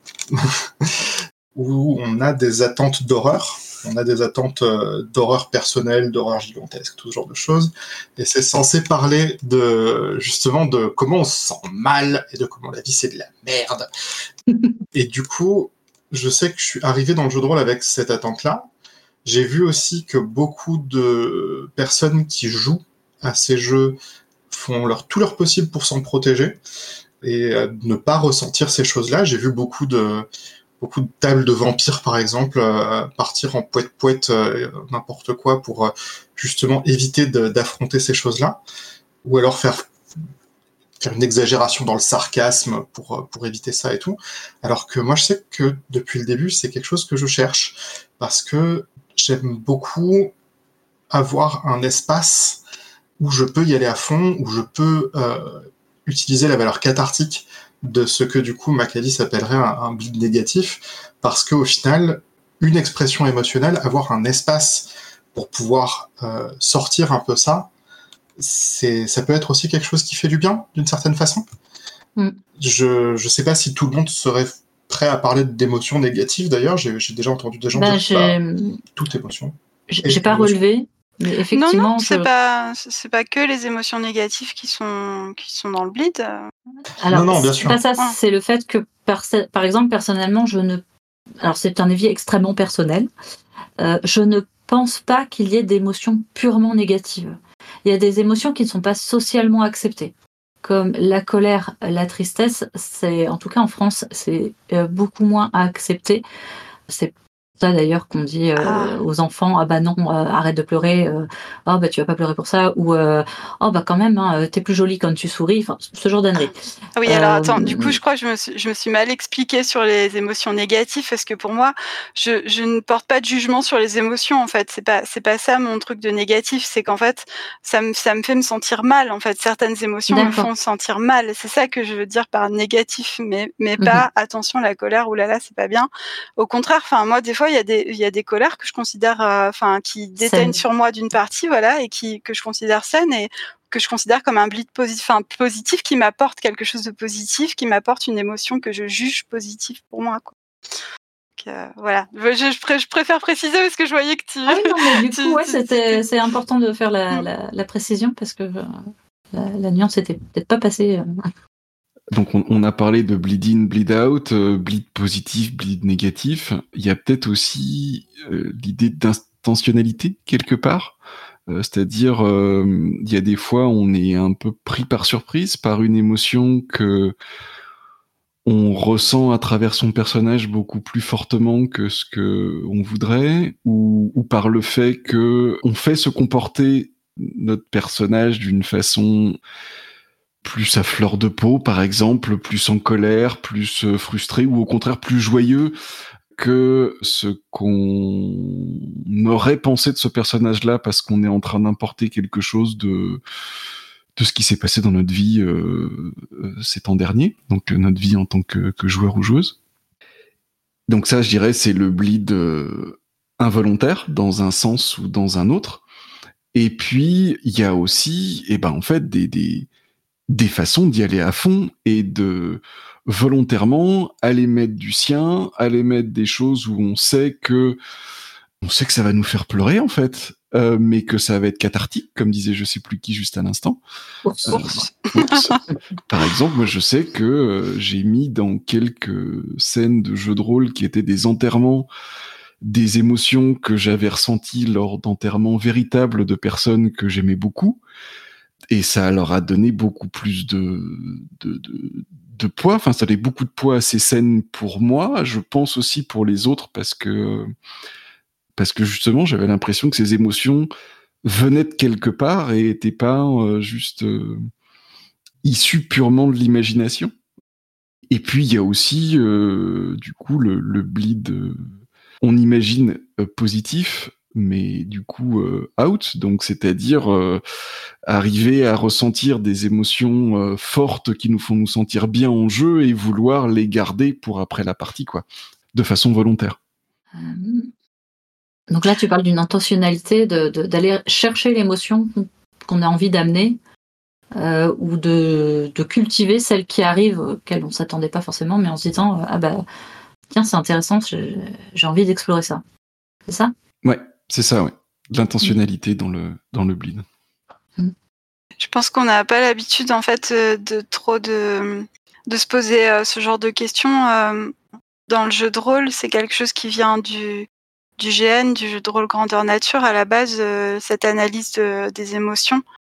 Où on a des attentes d'horreur. On a des attentes euh, d'horreur personnelle, d'horreur gigantesque, tout ce genre de choses. Et c'est censé parler de, justement, de comment on se sent mal et de comment la vie c'est de la merde. Et du coup, je sais que je suis arrivé dans le jeu de rôle avec cette attente-là. J'ai vu aussi que beaucoup de personnes qui jouent à ces jeux font leur, tout leur possible pour s'en protéger et euh, ne pas ressentir ces choses-là. J'ai vu beaucoup de, beaucoup de tables de vampires, par exemple, euh, partir en poète-poète euh, n'importe quoi pour euh, justement éviter de, d'affronter ces choses-là, ou alors faire faire une exagération dans le sarcasme pour pour éviter ça et tout. Alors que moi, je sais que depuis le début, c'est quelque chose que je cherche parce que j'aime beaucoup avoir un espace où je peux y aller à fond, où je peux euh, utiliser la valeur cathartique de ce que du coup Macalise appellerait un, un bleed négatif, parce qu'au final, une expression émotionnelle, avoir un espace pour pouvoir euh, sortir un peu ça, c'est, ça peut être aussi quelque chose qui fait du bien, d'une certaine façon. Mm. Je je sais pas si tout le monde serait prêt à parler d'émotions négatives, d'ailleurs, j'ai, j'ai déjà entendu des gens bah, dire j'ai... bah, toute émotion. J'ai, j'ai pas émotion. relevé. Mais effectivement, non, non, je... c'est pas, c'est pas que les émotions négatives qui sont, qui sont dans le bleed. Alors, non, non, bien c'est sûr. pas ça, ah. C'est le fait que, par, par exemple, personnellement, je ne, alors c'est un avis extrêmement personnel, euh, je ne pense pas qu'il y ait d'émotions purement négatives. Il y a des émotions qui ne sont pas socialement acceptées, comme la colère, la tristesse. C'est, en tout cas en France, c'est beaucoup moins accepté. C'est ça d'ailleurs qu'on dit euh, ah. aux enfants, ah bah non, euh, arrête de pleurer, euh, oh bah tu vas pas pleurer pour ça, ou euh, oh bah quand même, hein, t'es plus jolie quand tu souris, enfin ce genre d'ânerie. Ah oui, alors euh, attends, du coup je crois que je me suis, je me suis mal expliquée sur les émotions négatives, parce que pour moi, je, je ne porte pas de jugement sur les émotions en fait. C'est pas, c'est pas ça mon truc de négatif, c'est qu'en fait ça me, ça me fait me sentir mal en fait. Certaines émotions D'accord. me font sentir mal. C'est ça que je veux dire par négatif, mais mais mm-hmm. pas attention la colère, oulala c'est pas bien. Au contraire, enfin moi des fois il y a des il y a des colères que je considère enfin euh, qui déteignent sur moi d'une partie, voilà, et qui que je considère saines et que je considère comme un bleed positif, enfin positif, qui m'apporte quelque chose de positif, qui m'apporte une émotion que je juge positive pour moi, quoi. Donc, euh, voilà, je, je, pré- je préfère préciser parce que je voyais que tu. Ah oui, non, mais du coup, ouais, c'était c'est important de faire la, la, la précision parce que euh, la, la nuance était peut-être pas passée. Euh... Donc on, on a parlé de bleed in, bleed out, euh, bleed positif, bleed négatif. Il y a peut-être aussi euh, l'idée d'intentionnalité quelque part. Euh, c'est-à-dire, euh, il y a des fois on est un peu pris par surprise par une émotion que on ressent à travers son personnage beaucoup plus fortement que ce que on voudrait, ou, ou par le fait que on fait se comporter notre personnage d'une façon plus à fleur de peau, par exemple, plus en colère, plus euh, frustré, ou au contraire plus joyeux que ce qu'on aurait pensé de ce personnage-là parce qu'on est en train d'importer quelque chose de de ce qui s'est passé dans notre vie euh, ces temps derniers, donc notre vie en tant que, que joueur ou joueuse. Donc ça, je dirais, c'est le bleed euh, involontaire dans un sens ou dans un autre. Et puis il y a aussi, eh ben en fait, des des des façons d'y aller à fond et de volontairement aller mettre du sien, aller mettre des choses où on sait que on sait que ça va nous faire pleurer en fait, euh, mais que ça va être cathartique, comme disait je sais plus qui juste à l'instant. Ours. Euh, ours. Par exemple, moi je sais que euh, j'ai mis dans quelques scènes de jeux de rôle qui étaient des enterrements, des émotions que j'avais ressenties lors d'enterrements véritables de personnes que j'aimais beaucoup. Et ça leur a donné beaucoup plus de, de, de, de poids. Enfin, ça donnait beaucoup de poids à ces scènes pour moi. Je pense aussi pour les autres parce que, parce que justement, j'avais l'impression que ces émotions venaient de quelque part et étaient pas euh, juste euh, issues purement de l'imagination. Et puis, il y a aussi, euh, du coup, le, le bleed, euh, on imagine euh, positif, mais du coup euh, out, donc c'est-à-dire euh, arriver à ressentir des émotions euh, fortes qui nous font nous sentir bien en jeu et vouloir les garder pour après la partie, quoi, de façon volontaire. Euh, donc là, tu parles d'une intentionnalité de, de, d'aller chercher l'émotion qu'on a envie d'amener euh, ou de, de cultiver celle qui arrive, auquel on ne s'attendait pas forcément, mais en se disant ah bah tiens, c'est intéressant, j'ai, j'ai envie d'explorer ça. C'est ça ? Ouais. C'est ça, ouais. L'intentionnalité mmh. dans le dans le bleed. Mmh. Je pense qu'on n'a pas l'habitude en fait de trop de de se poser euh, ce genre de questions euh, dans le jeu de rôle. C'est quelque chose qui vient du du G N, du jeu de rôle grandeur nature à la base. Euh, cette analyse de, des émotions,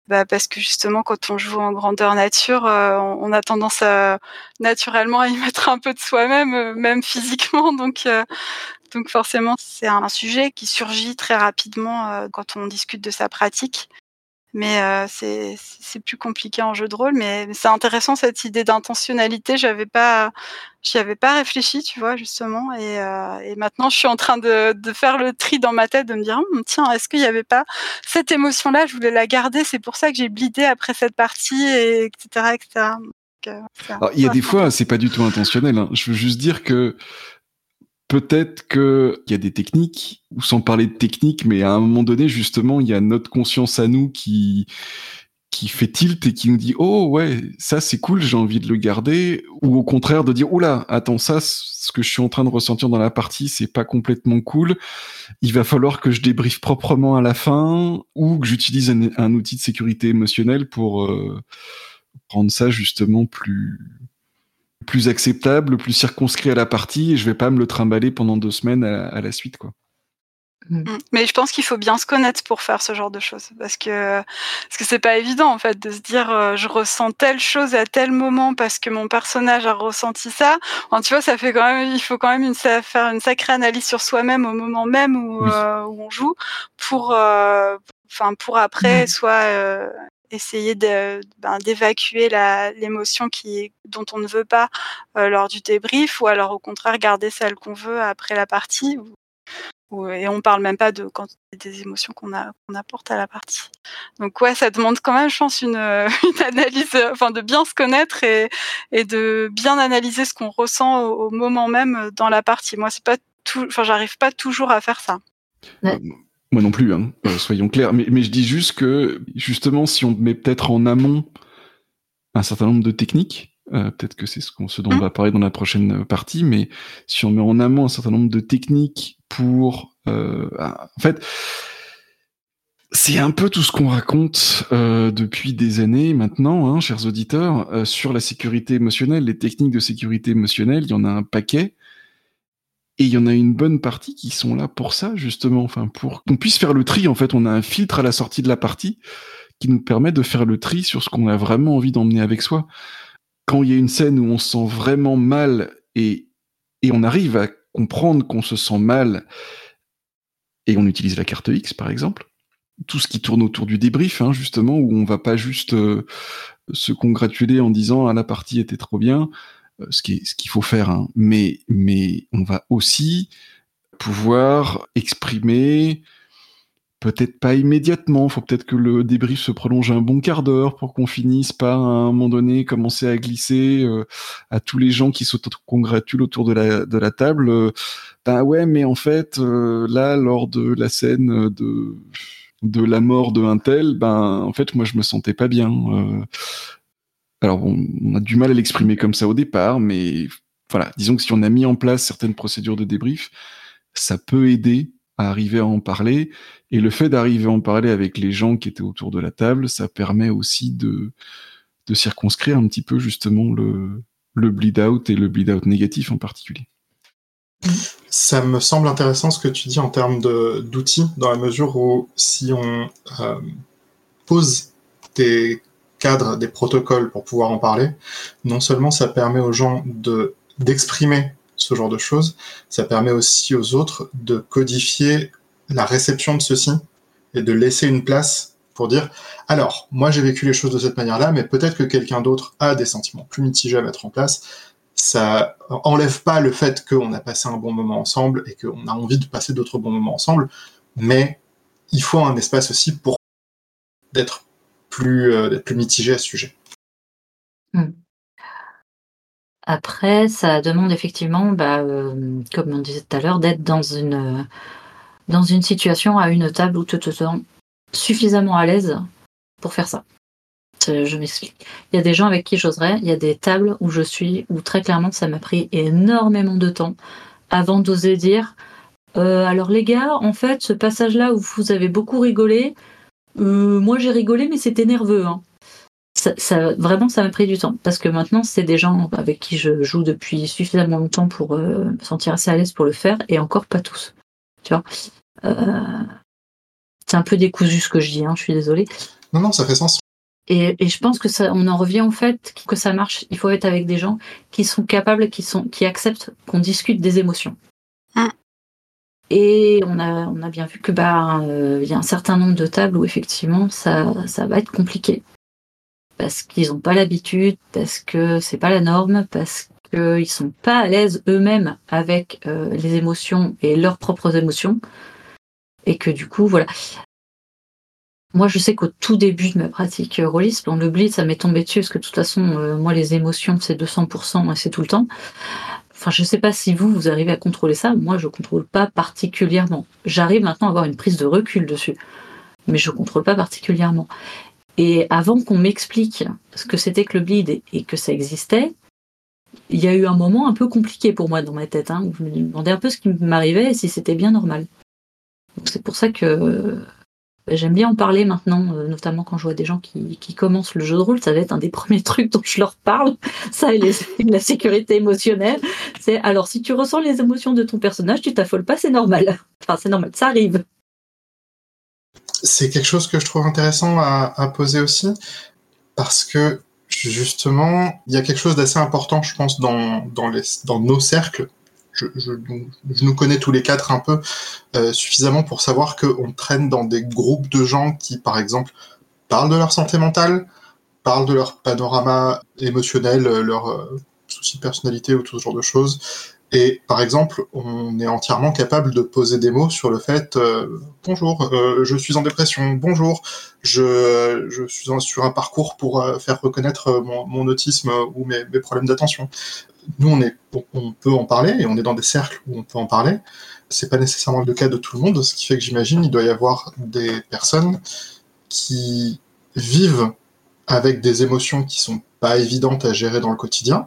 Bah, parce que justement, quand on joue en grandeur nature, euh, on, on a tendance à naturellement à y mettre un peu de soi-même, euh, même physiquement. Donc, euh, donc forcément, c'est un sujet qui surgit très rapidement euh, quand on discute de sa pratique. Mais euh, c'est, c'est plus compliqué en jeu de rôle. Mais, mais c'est intéressant cette idée d'intentionnalité. J'avais pas, j'y avais pas réfléchi, tu vois, justement. Et, euh, et maintenant, je suis en train de, de faire le tri dans ma tête, de me dire, hum, tiens, est-ce qu'il y avait pas cette émotion-là? Je voulais la garder. C'est pour ça que j'ai bleedé après cette partie, et etc., et cetera. Donc, euh, ça, Alors, il y a ça, des c'est fois, c'est pas du tout intentionnel. Hein. Je veux juste dire que peut-être qu'il y a des techniques, ou sans parler de techniques, mais à un moment donné, justement, il y a notre conscience à nous qui qui fait tilt et qui nous dit « Oh ouais, ça c'est cool, j'ai envie de le garder », ou au contraire de dire « Oula, attends, ça, ce que je suis en train de ressentir dans la partie, c'est pas complètement cool, il va falloir que je débriefe proprement à la fin, ou que j'utilise un, un outil de sécurité émotionnelle pour euh, rendre ça justement plus... » plus acceptable, plus circonscrit à la partie, et je vais pas me le trimballer pendant deux semaines à, à la suite, quoi. Mmh. Mais je pense qu'il faut bien se connaître pour faire ce genre de choses, parce que parce que c'est pas évident en fait de se dire euh, je ressens telle chose à tel moment parce que mon personnage a ressenti ça. Enfin, tu vois, ça fait quand même, il faut quand même une, ça, faire une sacrée analyse sur soi-même au moment même où, Oui. euh, où on joue pour, euh, enfin pour après soit euh, essayer de, ben, d'évacuer la, l'émotion qui, dont on ne veut pas euh, lors du débrief, ou alors au contraire garder celle qu'on veut après la partie. Et on parle même pas de quand des émotions qu'on a qu'on apporte à la partie. Donc ouais, ça demande quand même, je pense, une, une analyse, enfin de bien se connaître et et de bien analyser ce qu'on ressent au, au moment même dans la partie. Moi, c'est pas tout, enfin j'arrive pas toujours à faire ça. Ouais. Moi non plus, hein, euh, soyons clairs. Mais, mais je dis juste que justement, si on met peut-être en amont un certain nombre de techniques. Euh, peut-être que c'est ce, qu'on, ce dont on va parler dans la prochaine partie, mais si on met en amont un certain nombre de techniques pour... Euh, en fait, c'est un peu tout ce qu'on raconte euh, depuis des années maintenant, hein, chers auditeurs, euh, sur la sécurité émotionnelle, les techniques de sécurité émotionnelle, il y en a un paquet, et il y en a une bonne partie qui sont là pour ça, justement, enfin, pour qu'on puisse faire le tri. En fait, on a un filtre à la sortie de la partie qui nous permet de faire le tri sur ce qu'on a vraiment envie d'emmener avec soi. Quand il y a une scène où on se sent vraiment mal et, et on arrive à comprendre qu'on se sent mal et on utilise la carte X, par exemple, tout ce qui tourne autour du débrief, hein, justement, où on va pas juste euh, se congratuler en disant « Ah, la partie était trop bien euh, », ce, qui est, ce qu'il faut faire, hein, mais, mais on va aussi pouvoir exprimer... Peut-être pas immédiatement, faut peut-être que le débrief se prolonge un bon quart d'heure pour qu'on finisse par, à un moment donné, commencer à glisser euh, à tous les gens qui se congratulent autour de la, de la table. Euh, ben ouais, mais en fait, euh, là, lors de la scène de, de la mort de un tel, ben en fait, moi, je me sentais pas bien. Euh, alors, on, on a du mal à l'exprimer comme ça au départ, mais voilà, disons que si on a mis en place certaines procédures de débrief, ça peut aider à arriver à en parler, et le fait d'arriver à en parler avec les gens qui étaient autour de la table, ça permet aussi de, de circonscrire un petit peu justement le, le bleed out et le bleed out négatif en particulier. Ça me semble intéressant ce que tu dis en termes de, d'outils, dans la mesure où si on euh, pose des cadres, des protocoles pour pouvoir en parler, non seulement ça permet aux gens de, d'exprimer ce genre de choses, ça permet aussi aux autres de codifier la réception de ceci et de laisser une place pour dire « Alors, moi j'ai vécu les choses de cette manière-là, mais peut-être que quelqu'un d'autre a des sentiments plus mitigés à mettre en place. » Ça enlève pas le fait qu'on a passé un bon moment ensemble et qu'on a envie de passer d'autres bons moments ensemble, mais il faut un espace aussi pour d'être plus, euh, d'être plus mitigé à ce sujet. Mmh. Après, ça demande effectivement, bah, euh, comme on disait tout à l'heure, d'être dans une, dans une situation, à une table où tu te sens suffisamment à l'aise pour faire ça. Je m'explique. Il y a des gens avec qui j'oserais, il y a des tables où je suis, où très clairement ça m'a pris énormément de temps avant d'oser dire euh, alors les gars, en fait, ce passage-là où vous avez beaucoup rigolé, euh, moi j'ai rigolé, mais c'était nerveux, hein. Ça, ça, vraiment, ça m'a pris du temps, parce que maintenant, c'est des gens avec qui je joue depuis suffisamment longtemps pour euh, me sentir assez à l'aise pour le faire, et encore pas tous. Tu vois, euh, c'est un peu décousu ce que je dis, hein, je suis désolée. Non, non, ça fait sens. Et, et je pense que ça, on en revient au fait que ça marche. Il faut être avec des gens qui sont capables, qui sont, qui acceptent qu'on discute des émotions. Mm. Et on a, on a bien vu que bah, euh, y a un certain nombre de tables où effectivement ça, ça va être compliqué parce qu'ils n'ont pas l'habitude, parce que c'est pas la norme, parce qu'ils sont pas à l'aise eux-mêmes avec euh, les émotions et leurs propres émotions, et que du coup voilà. Moi, je sais qu'au tout début de ma pratique euh, rôliste, bon, le bleed, ça m'est tombé dessus, parce que de toute façon, euh, moi, les émotions, c'est deux cents pour cent et c'est tout le temps. Enfin, je sais pas si vous, vous arrivez à contrôler ça. Moi, je contrôle pas particulièrement. J'arrive maintenant à avoir une prise de recul dessus, mais je contrôle pas particulièrement. Et avant qu'on m'explique ce que c'était que le bleed et, et que ça existait, il y a eu un moment un peu compliqué pour moi dans ma tête, hein, où je me demandais un peu ce qui m'arrivait et si c'était bien normal. Donc c'est pour ça que euh, j'aime bien en parler maintenant, euh, notamment quand je vois des gens qui, qui commencent le jeu de rôle. Ça va être un des premiers trucs dont je leur parle. Ça et les, la sécurité émotionnelle. C'est alors si tu ressens les émotions de ton personnage, tu t'affoles pas, c'est normal. Enfin, c'est normal, ça arrive. C'est quelque chose que je trouve intéressant à, à poser aussi, parce que justement, il y a quelque chose d'assez important, je pense, dans, dans, les, dans nos cercles. Je, je, je nous connais tous les quatre un peu euh, suffisamment pour savoir qu'on traîne dans des groupes de gens qui, par exemple, parlent de leur santé mentale, parlent de leur panorama émotionnel, leurs euh, soucis de personnalité ou tout ce genre de choses. Et par exemple, on est entièrement capable de poser des mots sur le fait euh, bonjour, euh, je suis en dépression, bonjour, je, je suis en, sur un parcours pour euh, faire reconnaître mon, mon autisme ou mes, mes problèmes d'attention. Nous, on, est, on, on peut en parler et on est dans des cercles où on peut en parler. C'est pas nécessairement le cas de tout le monde, ce qui fait que j'imagine il doit y avoir des personnes qui vivent avec des émotions qui sont pas évidentes à gérer dans le quotidien,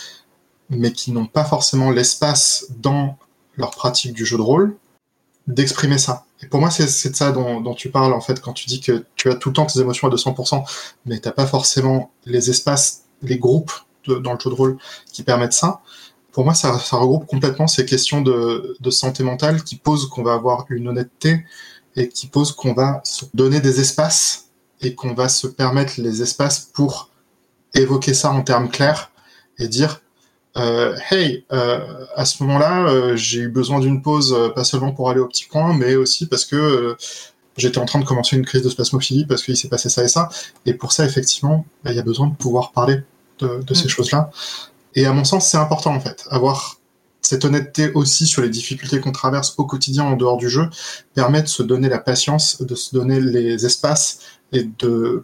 mais qui n'ont pas forcément l'espace dans leur pratique du jeu de rôle d'exprimer ça. Et pour moi, c'est, c'est de ça dont, dont tu parles, en fait, quand tu dis que tu as tout le temps tes émotions à deux cents pour cent, mais t'as pas forcément les espaces, les groupes de, dans le jeu de rôle qui permettent ça. Pour moi, ça, ça regroupe complètement ces questions de, de santé mentale qui posent qu'on va avoir une honnêteté et qui posent qu'on va se donner des espaces et qu'on va se permettre les espaces pour évoquer ça en termes clairs et dire Euh, hey, euh, à ce moment-là, euh, j'ai eu besoin d'une pause, euh, pas seulement pour aller au petit coin, mais aussi parce que euh, j'étais en train de commencer une crise de spasmophilie, parce qu'il s'est passé ça et ça. Et pour ça, effectivement, il bah, y a besoin de pouvoir parler de, de mmh. ces choses-là. Et à mon sens, c'est important, en fait. Avoir cette honnêteté aussi sur les difficultés qu'on traverse au quotidien en dehors du jeu permet de se donner la patience, de se donner les espaces et de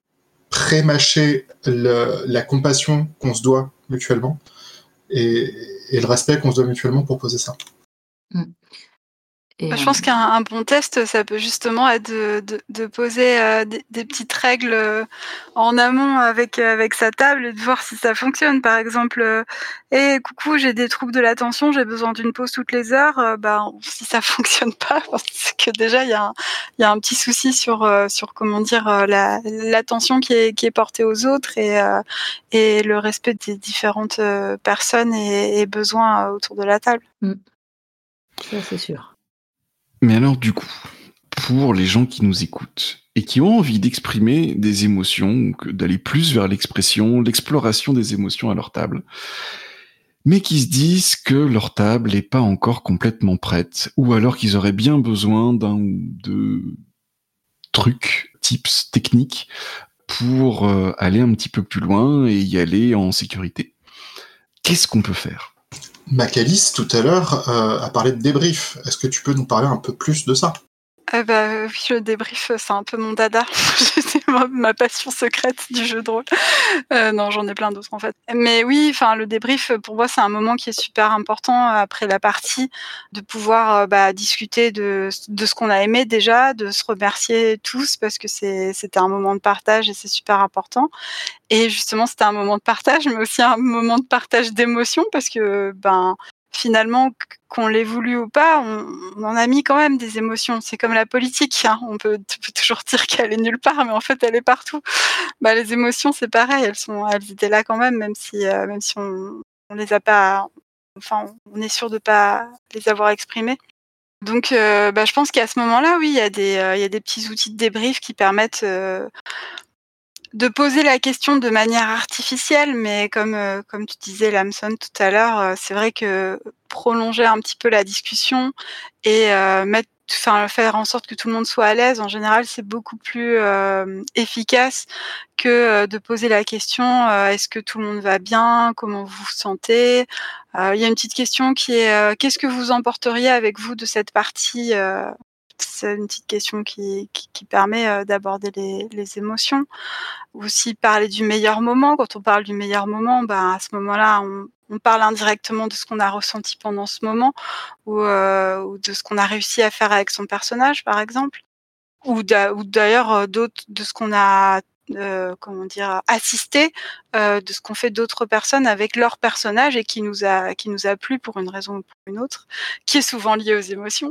pré-mâcher le, la compassion qu'on se doit mutuellement. Et, et le respect qu'on se doit mutuellement pour poser ça. Mmh. Et je pense qu'un un bon test, ça peut justement être de, de, de poser euh, des, des petites règles euh, en amont avec, euh, avec sa table et de voir si ça fonctionne. Par exemple, euh, hey, coucou, j'ai des troubles de l'attention, j'ai besoin d'une pause toutes les heures. Euh, bah, si ça fonctionne pas, c'est que déjà il y a un, il y a un petit souci sur, euh, sur comment dire, euh, la, l'attention qui est, qui est portée aux autres et, euh, et le respect des différentes euh, personnes et, et besoins euh, autour de la table. Mmh. Ça, c'est sûr. Mais alors, du coup, pour les gens qui nous écoutent et qui ont envie d'exprimer des émotions, d'aller plus vers l'expression, l'exploration des émotions à leur table, mais qui se disent que leur table n'est pas encore complètement prête, ou alors qu'ils auraient bien besoin d'un ou deux trucs, tips, techniques, pour euh, aller un petit peu plus loin et y aller en sécurité. Qu'est-ce qu'on peut faire ? Macalis, tout à l'heure, euh, a parlé de débrief. Est-ce que tu peux nous parler un peu plus de ça ? Euh, bah, oui, le débrief, c'est un peu mon dada. C'est ma, ma passion secrète du jeu de rôle. Euh, non, j'en ai plein d'autres en fait. Mais oui, enfin, le débrief, pour moi, c'est un moment qui est super important après la partie, de pouvoir euh, bah, discuter de, de ce qu'on a aimé déjà, de se remercier tous parce que c'est, c'était un moment de partage et c'est super important. Et justement, c'était un moment de partage, mais aussi un moment de partage d'émotions parce que, ben, finalement, qu'on l'ait voulu ou pas, on, on en a mis quand même des émotions. C'est comme la politique, hein. On peut, on peut toujours dire qu'elle est nulle part, mais en fait, elle est partout. Bah, les émotions, c'est pareil, elles sont, elles étaient là quand même, même si, euh, même si on, on les a pas, enfin, on est sûr de pas les avoir exprimées. Donc, euh, bah, je pense qu'à ce moment-là, oui, il y a des, euh, il y a des petits outils de débrief qui permettent euh, de poser la question de manière artificielle, mais comme euh, comme tu disais, Lamson, tout à l'heure, euh, c'est vrai que prolonger un petit peu la discussion et euh, mettre, enfin, faire en sorte que tout le monde soit à l'aise, en général, c'est beaucoup plus euh, efficace que euh, de poser la question euh, est-ce que tout le monde va bien, comment vous vous sentez. Euh, Il y a une petite question qui est euh, qu'est-ce que vous emporteriez avec vous de cette partie euh, c'est une petite question qui, qui, qui permet euh, d'aborder les, les émotions. Aussi parler du meilleur moment. Quand on parle du meilleur moment, ben, à ce moment-là, on, on parle indirectement de ce qu'on a ressenti pendant ce moment ou, euh, ou de ce qu'on a réussi à faire avec son personnage, par exemple. Ou, d'a, ou d'ailleurs euh, d'autres, de ce qu'on a euh, comment dire assisté, euh, de ce qu'ont fait d'autres personnes avec leur personnage et qui nous a qui nous a plu pour une raison ou pour une autre, qui est souvent liée aux émotions.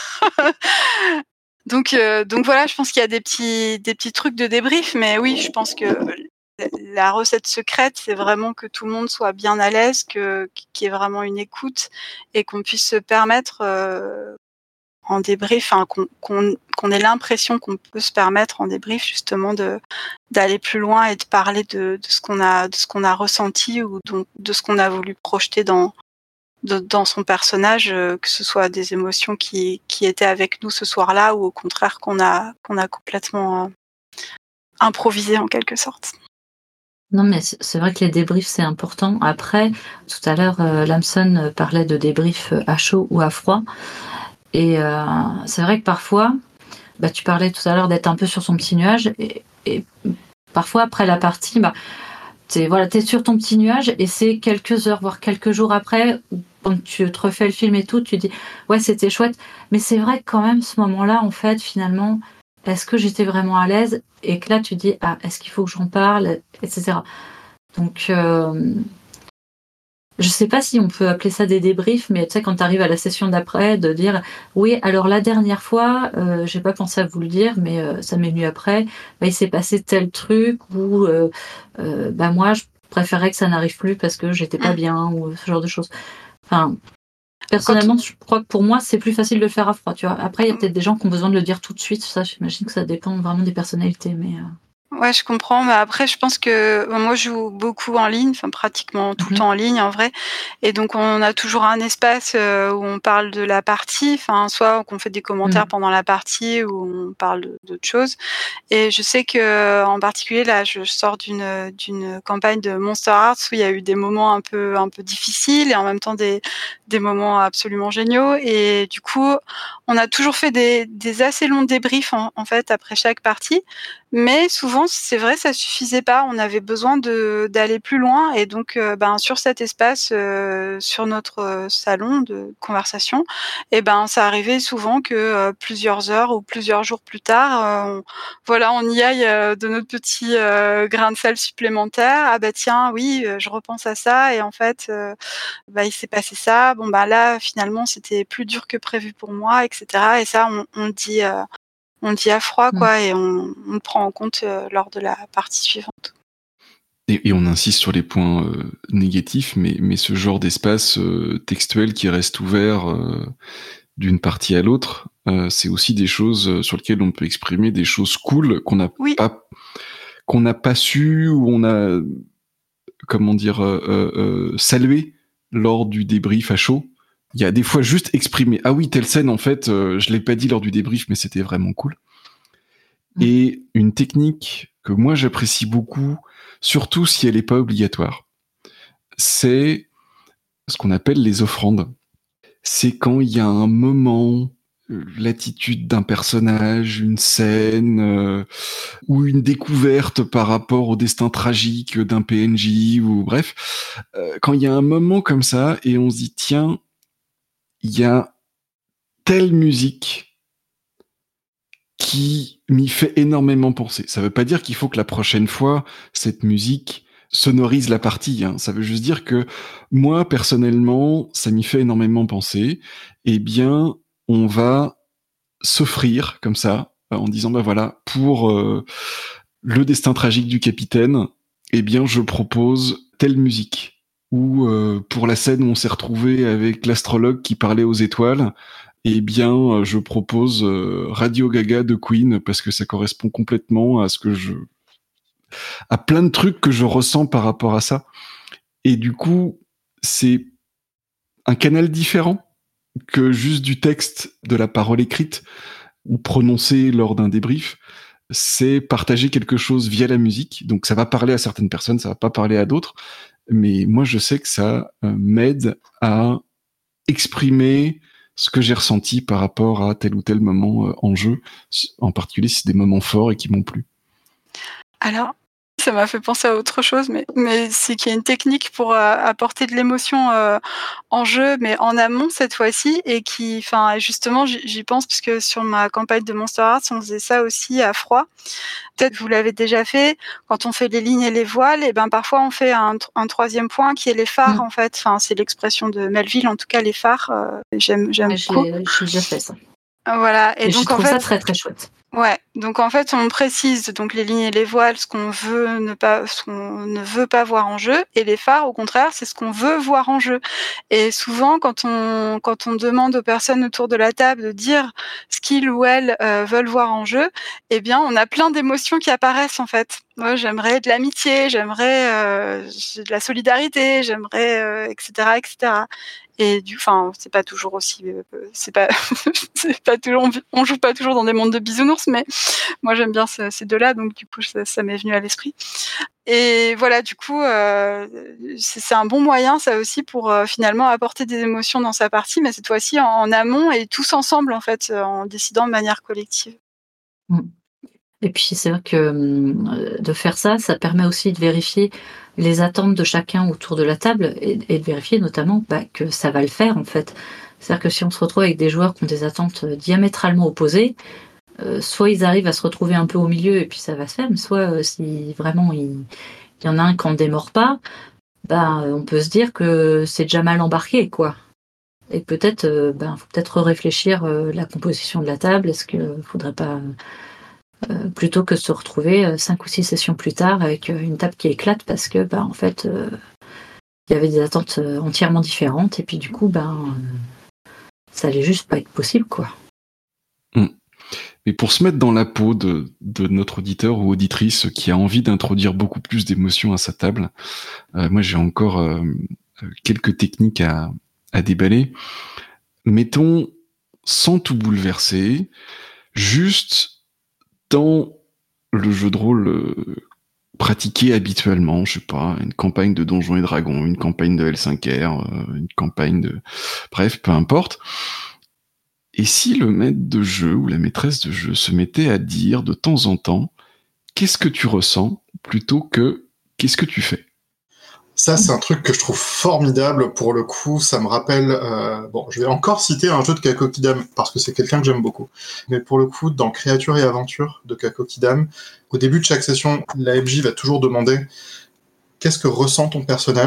Donc, euh, donc voilà, je pense qu'il y a des petits, des petits trucs de débrief, mais oui, je pense que la recette secrète, c'est vraiment que tout le monde soit bien à l'aise, que qu'il y ait vraiment une écoute et qu'on puisse se permettre euh, en débrief, enfin qu'on, qu'on, qu'on ait l'impression qu'on peut se permettre en débrief justement de d'aller plus loin et de parler de, de ce qu'on a, de ce qu'on a ressenti ou donc de ce qu'on a voulu projeter dans de, dans son personnage, euh, que ce soit des émotions qui, qui étaient avec nous ce soir-là ou au contraire qu'on a, qu'on a complètement euh, improvisé en quelque sorte. Non, mais c'est vrai que les débriefs, c'est important. Après, tout à l'heure, euh, Lamson parlait de débriefs à chaud ou à froid. Et euh, c'est vrai que parfois, bah, tu parlais tout à l'heure d'être un peu sur son petit nuage. Et, et parfois, après la partie, bah, t'es, voilà, t'es sur ton petit nuage et c'est quelques heures, voire quelques jours après, quand tu te refais le film et tout, tu dis ouais, c'était chouette. Mais c'est vrai que quand même, ce moment-là, en fait, finalement, est-ce que j'étais vraiment à l'aise? Et que là, tu dis ah, est-ce qu'il faut que j'en parle, et cetera. Donc, euh, je sais pas si on peut appeler ça des débriefs, mais tu sais, quand tu arrives à la session d'après, de dire oui, alors la dernière fois, euh, j'ai pas pensé à vous le dire, mais euh, ça m'est venu après, bah, il s'est passé tel truc, ou euh, euh, bah, moi, je préférais que ça n'arrive plus parce que j'étais pas bien, ou ce genre de choses. Enfin, personnellement, je crois que pour moi, c'est plus facile de le faire à froid, tu vois. Après, il y a peut-être des gens qui ont besoin de le dire tout de suite, ça, j'imagine que ça dépend vraiment des personnalités, mais... Euh... Ouais, je comprends, mais après, je pense que bon, moi, je joue beaucoup en ligne, enfin pratiquement tout le mmh. temps en ligne en vrai, et donc on a toujours un espace euh, où on parle de la partie, enfin soit qu'on fait des commentaires mmh. pendant la partie, ou on parle d'autres choses. Et je sais que en particulier là, je sors d'une d'une campagne de Monster Hearts où il y a eu des moments un peu un peu difficiles et en même temps des des moments absolument géniaux. Et du coup, on a toujours fait des des assez longs débriefs en, en fait après chaque partie. Mais souvent, c'est vrai, ça suffisait pas. On avait besoin de d'aller plus loin, et donc, euh, ben sur cet espace, euh, sur notre euh, salon de conversation, et ben ça arrivait souvent que euh, plusieurs heures ou plusieurs jours plus tard, euh, on, voilà, on y aille euh, de notre petit euh, grain de sel supplémentaire. Ah bah tiens, oui, euh, je repense à ça, et en fait, euh, bah il s'est passé ça. Bon bah là, finalement, c'était plus dur que prévu pour moi, et cetera. Et ça, on, on dit. Euh, On le dit à froid, quoi, et on, on le prend en compte euh, lors de la partie suivante. Et, et on insiste sur les points euh, négatifs, mais, mais ce genre d'espace euh, textuel qui reste ouvert euh, d'une partie à l'autre, euh, c'est aussi des choses sur lesquelles on peut exprimer des choses cool qu'on n'a oui. pas qu'on n'a pas su, ou on a comment dire euh, euh, salué lors du débrief à chaud. Il y a des fois juste exprimé ah oui, telle scène en fait euh, je l'ai pas dit lors du débrief, mais c'était vraiment cool. Mmh. Et une technique que moi j'apprécie beaucoup, surtout si elle est pas obligatoire, c'est ce qu'on appelle les offrandes. C'est quand il y a un moment, l'attitude d'un personnage, une scène, euh, ou une découverte par rapport au destin tragique d'un P N J, ou bref, euh, quand il y a un moment comme ça et on se dit tiens, il y a telle musique qui m'y fait énormément penser. Ça veut pas dire qu'il faut que la prochaine fois, cette musique sonorise la partie, hein. Ça veut juste dire que moi, personnellement, ça m'y fait énormément penser. Eh bien, on va s'offrir comme ça, en disant, bah voilà, pour euh, le destin tragique du capitaine, eh bien, je propose telle musique. Ou euh, pour la scène où on s'est retrouvé avec l'astrologue qui parlait aux étoiles, eh bien, je propose euh, Radio Gaga de Queen parce que ça correspond complètement à ce que je, à plein de trucs que je ressens par rapport à ça. Et du coup, c'est un canal différent que juste du texte, de la parole écrite ou prononcée lors d'un débrief. C'est partager quelque chose via la musique. Donc, ça va parler à certaines personnes, ça va pas parler à d'autres. Mais moi, je sais que ça euh, m'aide à exprimer ce que j'ai ressenti par rapport à tel ou tel moment euh, en jeu, en particulier si c'est des moments forts et qui m'ont plu. Alors, ça m'a fait penser à autre chose, mais, mais c'est qu'il y a une technique pour euh, apporter de l'émotion euh, en jeu, mais en amont cette fois-ci, et qui, enfin, justement, j'y, j'y pense puisque sur ma campagne de Monster Hearts, on faisait ça aussi à froid. Peut-être vous l'avez déjà fait. Quand on fait les lignes et les voiles, et ben parfois on fait un, un troisième point qui est les phares mmh. en fait. Enfin, c'est l'expression de Melville, en tout cas les phares. Euh, j'aime, j'aime ouais, beaucoup. J'ai, j'ai déjà fait ça. Voilà. Et, et donc je trouve en fait, ça très très chouette. Ouais, donc en fait on précise donc les lignes et les voiles, ce qu'on veut ne pas, ce qu'on ne veut pas voir en jeu, et les phares au contraire c'est ce qu'on veut voir en jeu. Et souvent quand on quand on demande aux personnes autour de la table de dire ce qu'ils ou elles euh, veulent voir en jeu, eh bien on a plein d'émotions qui apparaissent en fait. Moi j'aimerais de l'amitié, j'aimerais euh, de la solidarité, j'aimerais euh, et cetera et cetera. Et du, enfin, c'est pas toujours aussi, euh, c'est pas, c'est pas toujours, on joue pas toujours dans des mondes de bisounours, mais moi j'aime bien ce, ces deux-là, donc du coup ça, ça m'est venu à l'esprit. Et voilà, du coup, euh, c'est, c'est un bon moyen, ça aussi, pour euh, finalement apporter des émotions dans sa partie, mais cette fois-ci en, en amont et tous ensemble en fait, en décidant de manière collective. Et puis c'est vrai que euh, de faire ça, ça permet aussi de vérifier les attentes de chacun autour de la table et, et de vérifier notamment bah, que ça va le faire en fait. C'est-à-dire que si on se retrouve avec des joueurs qui ont des attentes diamétralement opposées, euh, soit ils arrivent à se retrouver un peu au milieu et puis ça va se faire, mais soit euh, si vraiment il, il y en a un qui n'en démord pas, bah, on peut se dire que c'est déjà mal embarqué, quoi. Et peut-être, euh, bah, faut peut-être réfléchir euh, la composition de la table. Est-ce qu'il ne faudrait pas... Euh, plutôt que de se retrouver euh, cinq ou six sessions plus tard avec euh, une table qui éclate parce que bah, en fait il euh, y avait des attentes euh, entièrement différentes et puis du coup ben euh, ça allait juste pas être possible quoi. Mmh. Et pour se mettre dans la peau de, de notre auditeur ou auditrice qui a envie d'introduire beaucoup plus d'émotions à sa table, euh, moi j'ai encore euh, quelques techniques à, à déballer. Mettons, sans tout bouleverser, juste dans le jeu de rôle euh, pratiqué habituellement, je sais pas, une campagne de Donjons et Dragons, une campagne de L cinq R, euh, une campagne de... Bref, peu importe. Et si le maître de jeu ou la maîtresse de jeu se mettait à dire de temps en temps « Qu'est-ce que tu ressens ?» plutôt que « Qu'est-ce que tu fais ?» Ça, c'est un truc que je trouve formidable. Pour le coup, ça me rappelle... Euh, bon, je vais encore citer un jeu de Kako Kidam, parce que c'est quelqu'un que j'aime beaucoup. Mais pour le coup, dans Créatures et Aventures de Kako Kidam, au début de chaque session, la M J va toujours demander « Qu'est-ce que ressent ton personnage ?»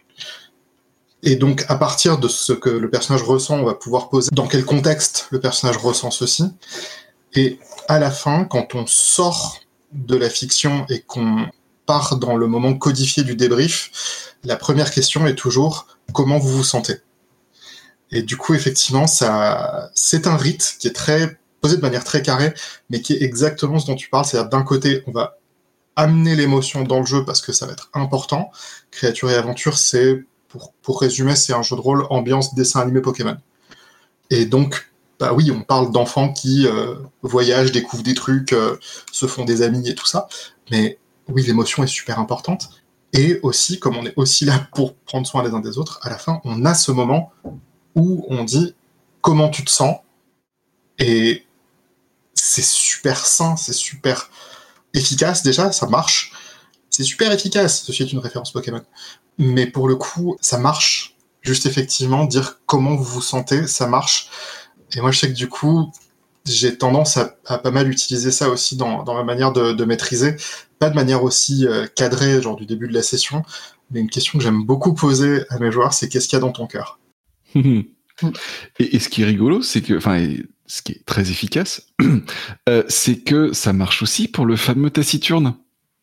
Et donc, à partir de ce que le personnage ressent, on va pouvoir poser dans quel contexte le personnage ressent ceci. Et à la fin, quand on sort de la fiction et qu'on part dans le moment codifié du débrief, la première question est toujours « Comment vous vous sentez ?» Et du coup, effectivement, ça, c'est un rite qui est très posé de manière très carrée, mais qui est exactement ce dont tu parles. C'est-à-dire, d'un côté, on va amener l'émotion dans le jeu parce que ça va être important. Créature et Aventure, c'est, pour, pour résumer, c'est un jeu de rôle ambiance dessin animé Pokémon. Et donc, bah oui, on parle d'enfants qui euh, voyagent, découvrent des trucs, euh, se font des amis et tout ça, mais oui, l'émotion est super importante. Et aussi, comme on est aussi là pour prendre soin les uns des autres, à la fin, on a ce moment où on dit « Comment tu te sens ?» Et c'est super sain, c'est super efficace déjà, ça marche. C'est super efficace, ceci est une référence Pokémon. Mais pour le coup, ça marche. Juste effectivement, dire comment vous vous sentez, ça marche. Et moi, je sais que du coup, j'ai tendance à, à pas mal utiliser ça aussi dans, dans ma manière de, de maîtriser. Pas de manière aussi euh, cadrée, genre du début de la session, mais une question que j'aime beaucoup poser à mes joueurs, c'est qu'est-ce qu'il y a dans ton cœur ? et, et ce qui est rigolo, c'est que, enfin, ce qui est très efficace, euh, c'est que ça marche aussi pour le fameux taciturne.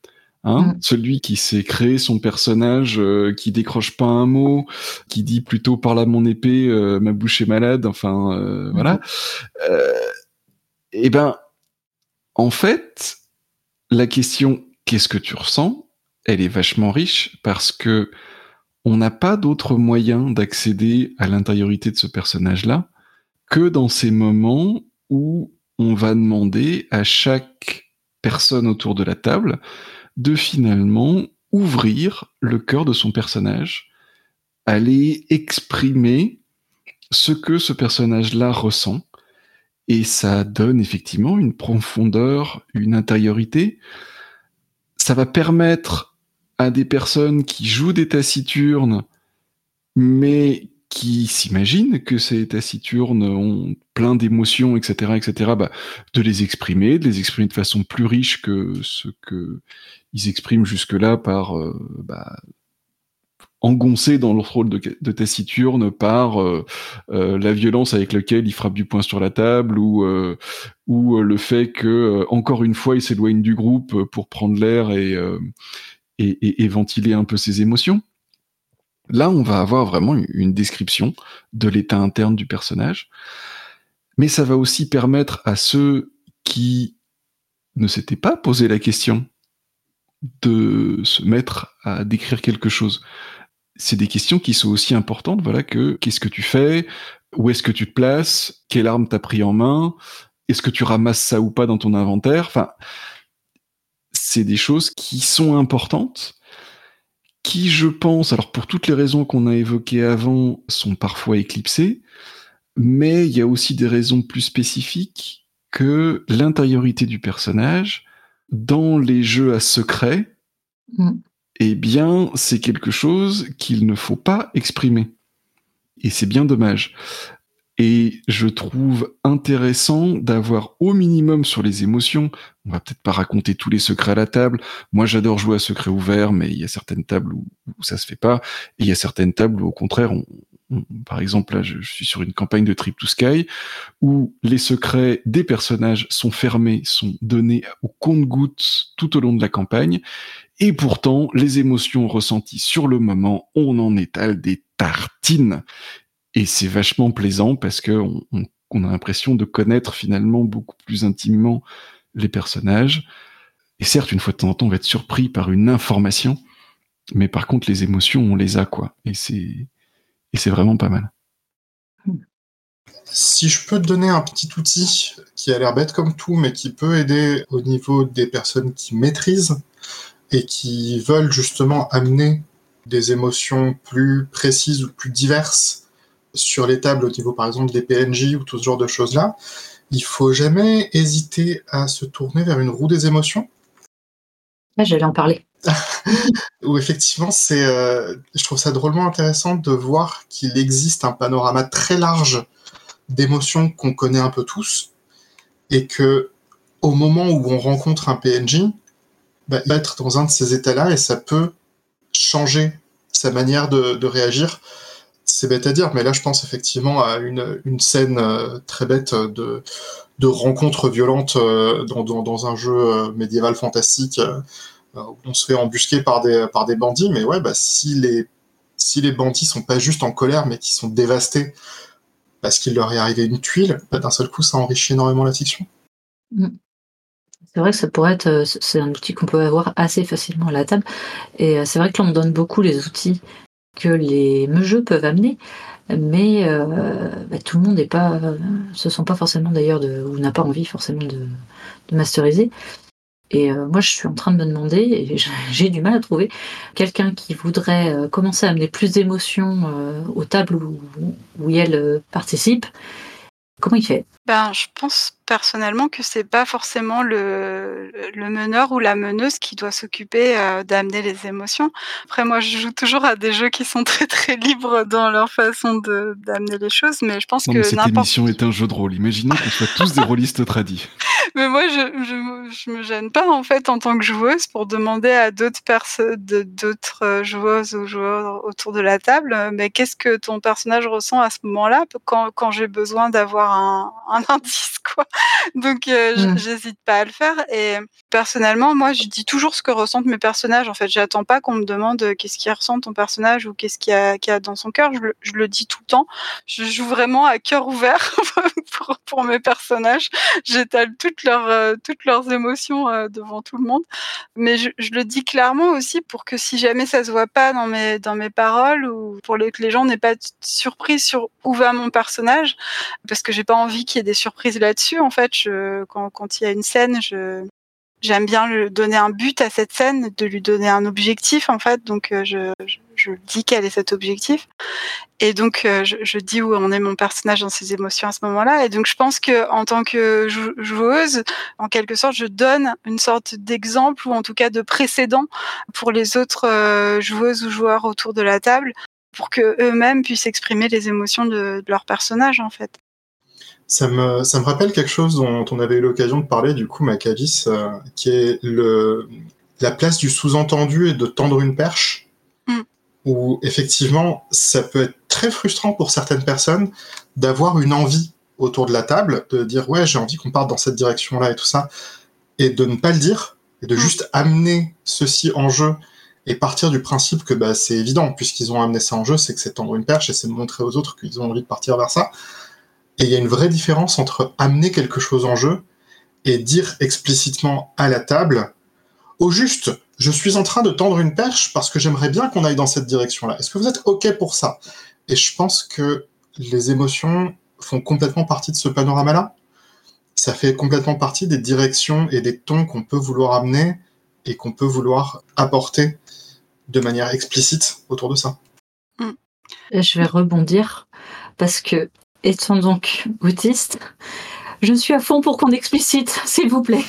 Hein, Mm. celui qui s'est créé son personnage, euh, qui décroche pas un mot, qui dit plutôt par là mon épée, euh, ma bouche est malade, enfin euh, Mm. voilà. Euh, et ben, en fait, la question qu'est-ce que tu ressens, elle est vachement riche parce que on n'a pas d'autre moyen d'accéder à l'intériorité de ce personnage-là que dans ces moments où on va demander à chaque personne autour de la table de finalement ouvrir le cœur de son personnage, aller exprimer ce que ce personnage-là ressent, et ça donne effectivement une profondeur, une intériorité. Ça va permettre à des personnes qui jouent des taciturnes, mais qui s'imaginent que ces taciturnes ont plein d'émotions, et cetera, et cetera, bah, de les exprimer, de les exprimer de façon plus riche que ce que ils expriment jusque-là par euh, bah, engoncés dans leur rôle de, de taciturne par euh, euh, la violence avec laquelle ils frappent du poing sur la table ou euh, ou euh, le fait que euh, encore une fois ils s'éloignent du groupe pour prendre l'air et, euh, et, et, et ventiler un peu ses émotions. Là, on va avoir vraiment une description de l'état interne du personnage, mais ça va aussi permettre à ceux qui ne s'étaient pas posé la question de se mettre à décrire quelque chose. C'est des questions qui sont aussi importantes, voilà, que qu'est-ce que tu fais, où est-ce que tu te places, quelle arme t'as pris en main, est-ce que tu ramasses ça ou pas dans ton inventaire, enfin, c'est des choses qui sont importantes, qui, je pense, alors pour toutes les raisons qu'on a évoquées avant, sont parfois éclipsées, mais il y a aussi des raisons plus spécifiques que l'intériorité du personnage, dans les jeux à secret, Mm. eh bien, c'est quelque chose qu'il ne faut pas exprimer. Et c'est bien dommage. Et je trouve intéressant d'avoir au minimum sur les émotions, on va peut-être pas raconter tous les secrets à la table, moi j'adore jouer à secret ouvert, mais il y a certaines tables où, où ça se fait pas, et il y a certaines tables où au contraire, on, on, par exemple là je, je suis sur une campagne de Trip to Sky, où les secrets des personnages sont fermés, sont donnés au compte-gouttes tout au long de la campagne, et pourtant les émotions ressenties sur le moment, on en étale des tartines. Et c'est vachement plaisant parce que on, on, on a l'impression de connaître finalement beaucoup plus intimement les personnages. Et certes, une fois de temps en temps, on va être surpris par une information, mais par contre, les émotions, on les a, quoi. Et c'est, et c'est vraiment pas mal. Si je peux te donner un petit outil qui a l'air bête comme tout, mais qui peut aider au niveau des personnes qui maîtrisent et qui veulent justement amener des émotions plus précises ou plus diverses sur les tables au niveau par exemple des P N J ou tout ce genre de choses-là, il faut jamais hésiter à se tourner vers une roue des émotions. Là, j'allais en parler. Où effectivement, c'est, euh, je trouve ça drôlement intéressant de voir qu'il existe un panorama très large d'émotions qu'on connaît un peu tous, et que au moment où on rencontre un P N J, bah, il va être dans un de ces états-là et ça peut changer sa manière de, de réagir. C'est bête à dire, mais là je pense effectivement à une, une scène euh, très bête de, de rencontre violente euh, dans, dans, dans un jeu euh, médiéval fantastique euh, où on se fait embusquer par des, par des bandits, mais ouais, bah, si, les, si les bandits sont pas juste en colère, mais qui sont dévastés parce qu'il leur est arrivé une tuile, bah, d'un seul coup ça enrichit énormément la fiction. Mm. C'est vrai que ça pourrait être, c'est un outil qu'on peut avoir assez facilement à la table, et c'est vrai que là on donne beaucoup les outils que les jeux peuvent amener, mais euh, bah, tout le monde n'est pas, euh, se sent pas forcément d'ailleurs de, ou n'a pas envie forcément de, de masteriser. Et euh, moi, je suis en train de me demander, et j'ai du mal à trouver quelqu'un qui voudrait euh, commencer à amener plus d'émotions euh, aux tables où, où elle euh, participe. Comment il fait ? Ben, je pense personnellement que c'est pas forcément le, le meneur ou la meneuse qui doit s'occuper euh, d'amener les émotions. Après, moi, je joue toujours à des jeux qui sont très très libres dans leur façon de d'amener les choses, mais je pense non, que mais cette n'importe... émission est un jeu de rôle. Imaginons qu'on soit tous des rôlistes tradis. Mais moi, je, je, je me gêne pas en fait en tant que joueuse pour demander à d'autres personnes, d'autres joueuses ou joueurs autour de la table, mais qu'est-ce que ton personnage ressent à ce moment-là quand, quand j'ai besoin d'avoir un, un indice, quoi. Donc euh, Mm. j'hésite pas à le faire. Et personnellement, moi, je dis toujours ce que ressentent mes personnages. En fait, j'attends pas qu'on me demande euh, qu'est-ce qu'il ressent ton personnage ou qu'est-ce qu'il y a, qu'il y a dans son cœur. Je le, je le dis tout le temps. Je joue vraiment à cœur ouvert pour, pour mes personnages. J'étale toutes leurs euh, toutes leurs émotions euh, devant tout le monde. Mais je, je le dis clairement aussi pour que si jamais ça se voit pas dans mes dans mes paroles ou pour les, que les gens n'aient pas de surprise sur où va mon personnage, parce que j'ai pas envie qu'il y ait des surprises là-dessus. En fait, je, quand quand il y a une scène, je j'aime bien lui donner un but à cette scène, de lui donner un objectif en fait. Donc euh, je, je je dis quel est cet objectif. Et donc euh, je, je dis où en est mon personnage dans ses émotions à ce moment-là. Et donc je pense que en tant que jou- joueuse, en quelque sorte, je donne une sorte d'exemple ou en tout cas de précédent pour les autres euh, joueuses ou joueurs autour de la table, pour que eux-mêmes puissent exprimer les émotions de, de leur personnage en fait. Ça me, ça me rappelle quelque chose dont on avait eu l'occasion de parler, du coup, Macalis, euh, qui est le, la place du sous-entendu et de tendre une perche, Mm. où effectivement, ça peut être très frustrant pour certaines personnes d'avoir une envie autour de la table, de dire ouais, j'ai envie qu'on parte dans cette direction-là et tout ça, et de ne pas le dire, et de Mm. juste amener ceci en jeu et partir du principe que bah, c'est évident, puisqu'ils ont amené ça en jeu, c'est que c'est tendre une perche et c'est de montrer aux autres qu'ils ont envie de partir vers ça. Et il y a une vraie différence entre amener quelque chose en jeu et dire explicitement à la table « Au juste, je suis en train de tendre une perche parce que j'aimerais bien qu'on aille dans cette direction-là. Est-ce que vous êtes OK pour ça ?» Et je pense que les émotions font complètement partie de ce panorama-là. Ça fait complètement partie des directions et des tons qu'on peut vouloir amener et qu'on peut vouloir apporter de manière explicite autour de ça. Et je vais rebondir parce que, étant donc autiste, je suis à fond pour qu'on explicite, s'il vous plaît.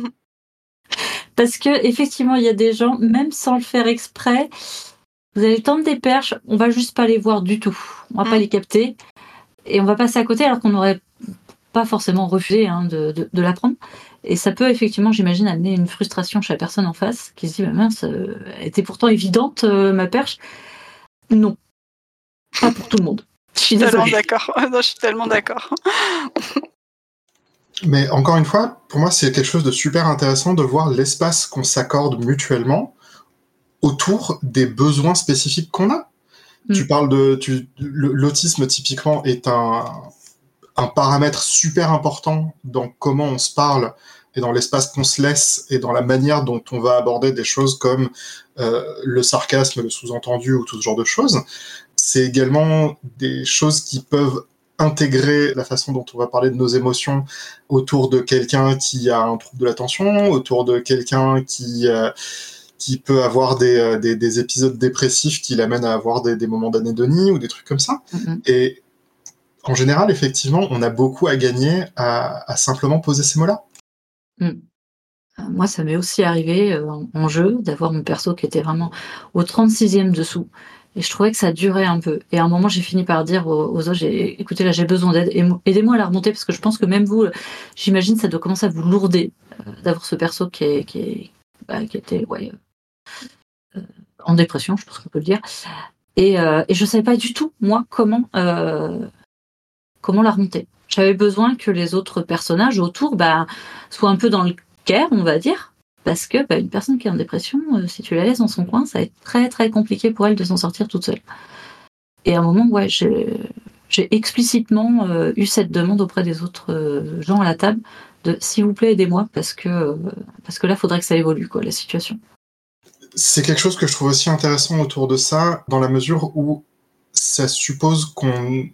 Parce que effectivement, il y a des gens, même sans le faire exprès, vous allez tendre des perches, on va juste pas les voir du tout. On va Mm. pas les capter et on va passer à côté alors qu'on n'aurait pas forcément refusé hein, de, de, de l'apprendre. Et ça peut effectivement, j'imagine, amener une frustration chez la personne en face qui se dit bah, mince, euh, elle était pourtant évidente euh, ma perche. Non, pas pour tout le monde. Je suis Tellement désolée. d'accord. Non, je suis tellement d'accord. Mais encore une fois, pour moi, c'est quelque chose de super intéressant de voir l'espace qu'on s'accorde mutuellement autour des besoins spécifiques qu'on a. Mm. Tu parles de... Tu, l'autisme, typiquement, est un, un paramètre super important dans comment on se parle et dans l'espace qu'on se laisse et dans la manière dont on va aborder des choses comme euh, le sarcasme, le sous-entendu ou tout ce genre de choses. C'est également des choses qui peuvent intégrer la façon dont on va parler de nos émotions autour de quelqu'un qui a un trouble de l'attention, autour de quelqu'un qui, euh, qui peut avoir des, euh, des, des épisodes dépressifs qui l'amènent à avoir des, des moments d'anédonie ou des trucs comme ça. Mm-hmm. Et en général, effectivement, on a beaucoup à gagner à, à simplement poser ces mots-là. Mm. Moi, ça m'est aussi arrivé euh, en, en jeu d'avoir mon perso qui était vraiment au trente-sixième dessous. Et je trouvais que ça durait un peu. Et à un moment, j'ai fini par dire aux, aux autres, j'ai, écoutez, là, j'ai besoin d'aide. Aidez-moi à la remonter parce que je pense que même vous, j'imagine, ça doit commencer à vous lourder euh, d'avoir ce perso qui, est, qui, est, bah, qui était ouais, euh, en dépression, je pense qu'on peut le dire. Et, euh, et je savais pas du tout, moi, comment, euh, comment la remonter. J'avais besoin que les autres personnages autour bah, soient un peu dans le care, on va dire. Parce que bah, une personne qui est en dépression, euh, si tu la laisses dans son coin, ça va être très très compliqué pour elle de s'en sortir toute seule. Et à un moment, ouais, j'ai, j'ai explicitement euh, eu cette demande auprès des autres euh, gens à la table de s'il vous plaît aidez-moi parce que euh, parce que là, il faudrait que ça évolue quoi, la situation. C'est quelque chose que je trouve aussi intéressant autour de ça, dans la mesure où ça suppose qu'on...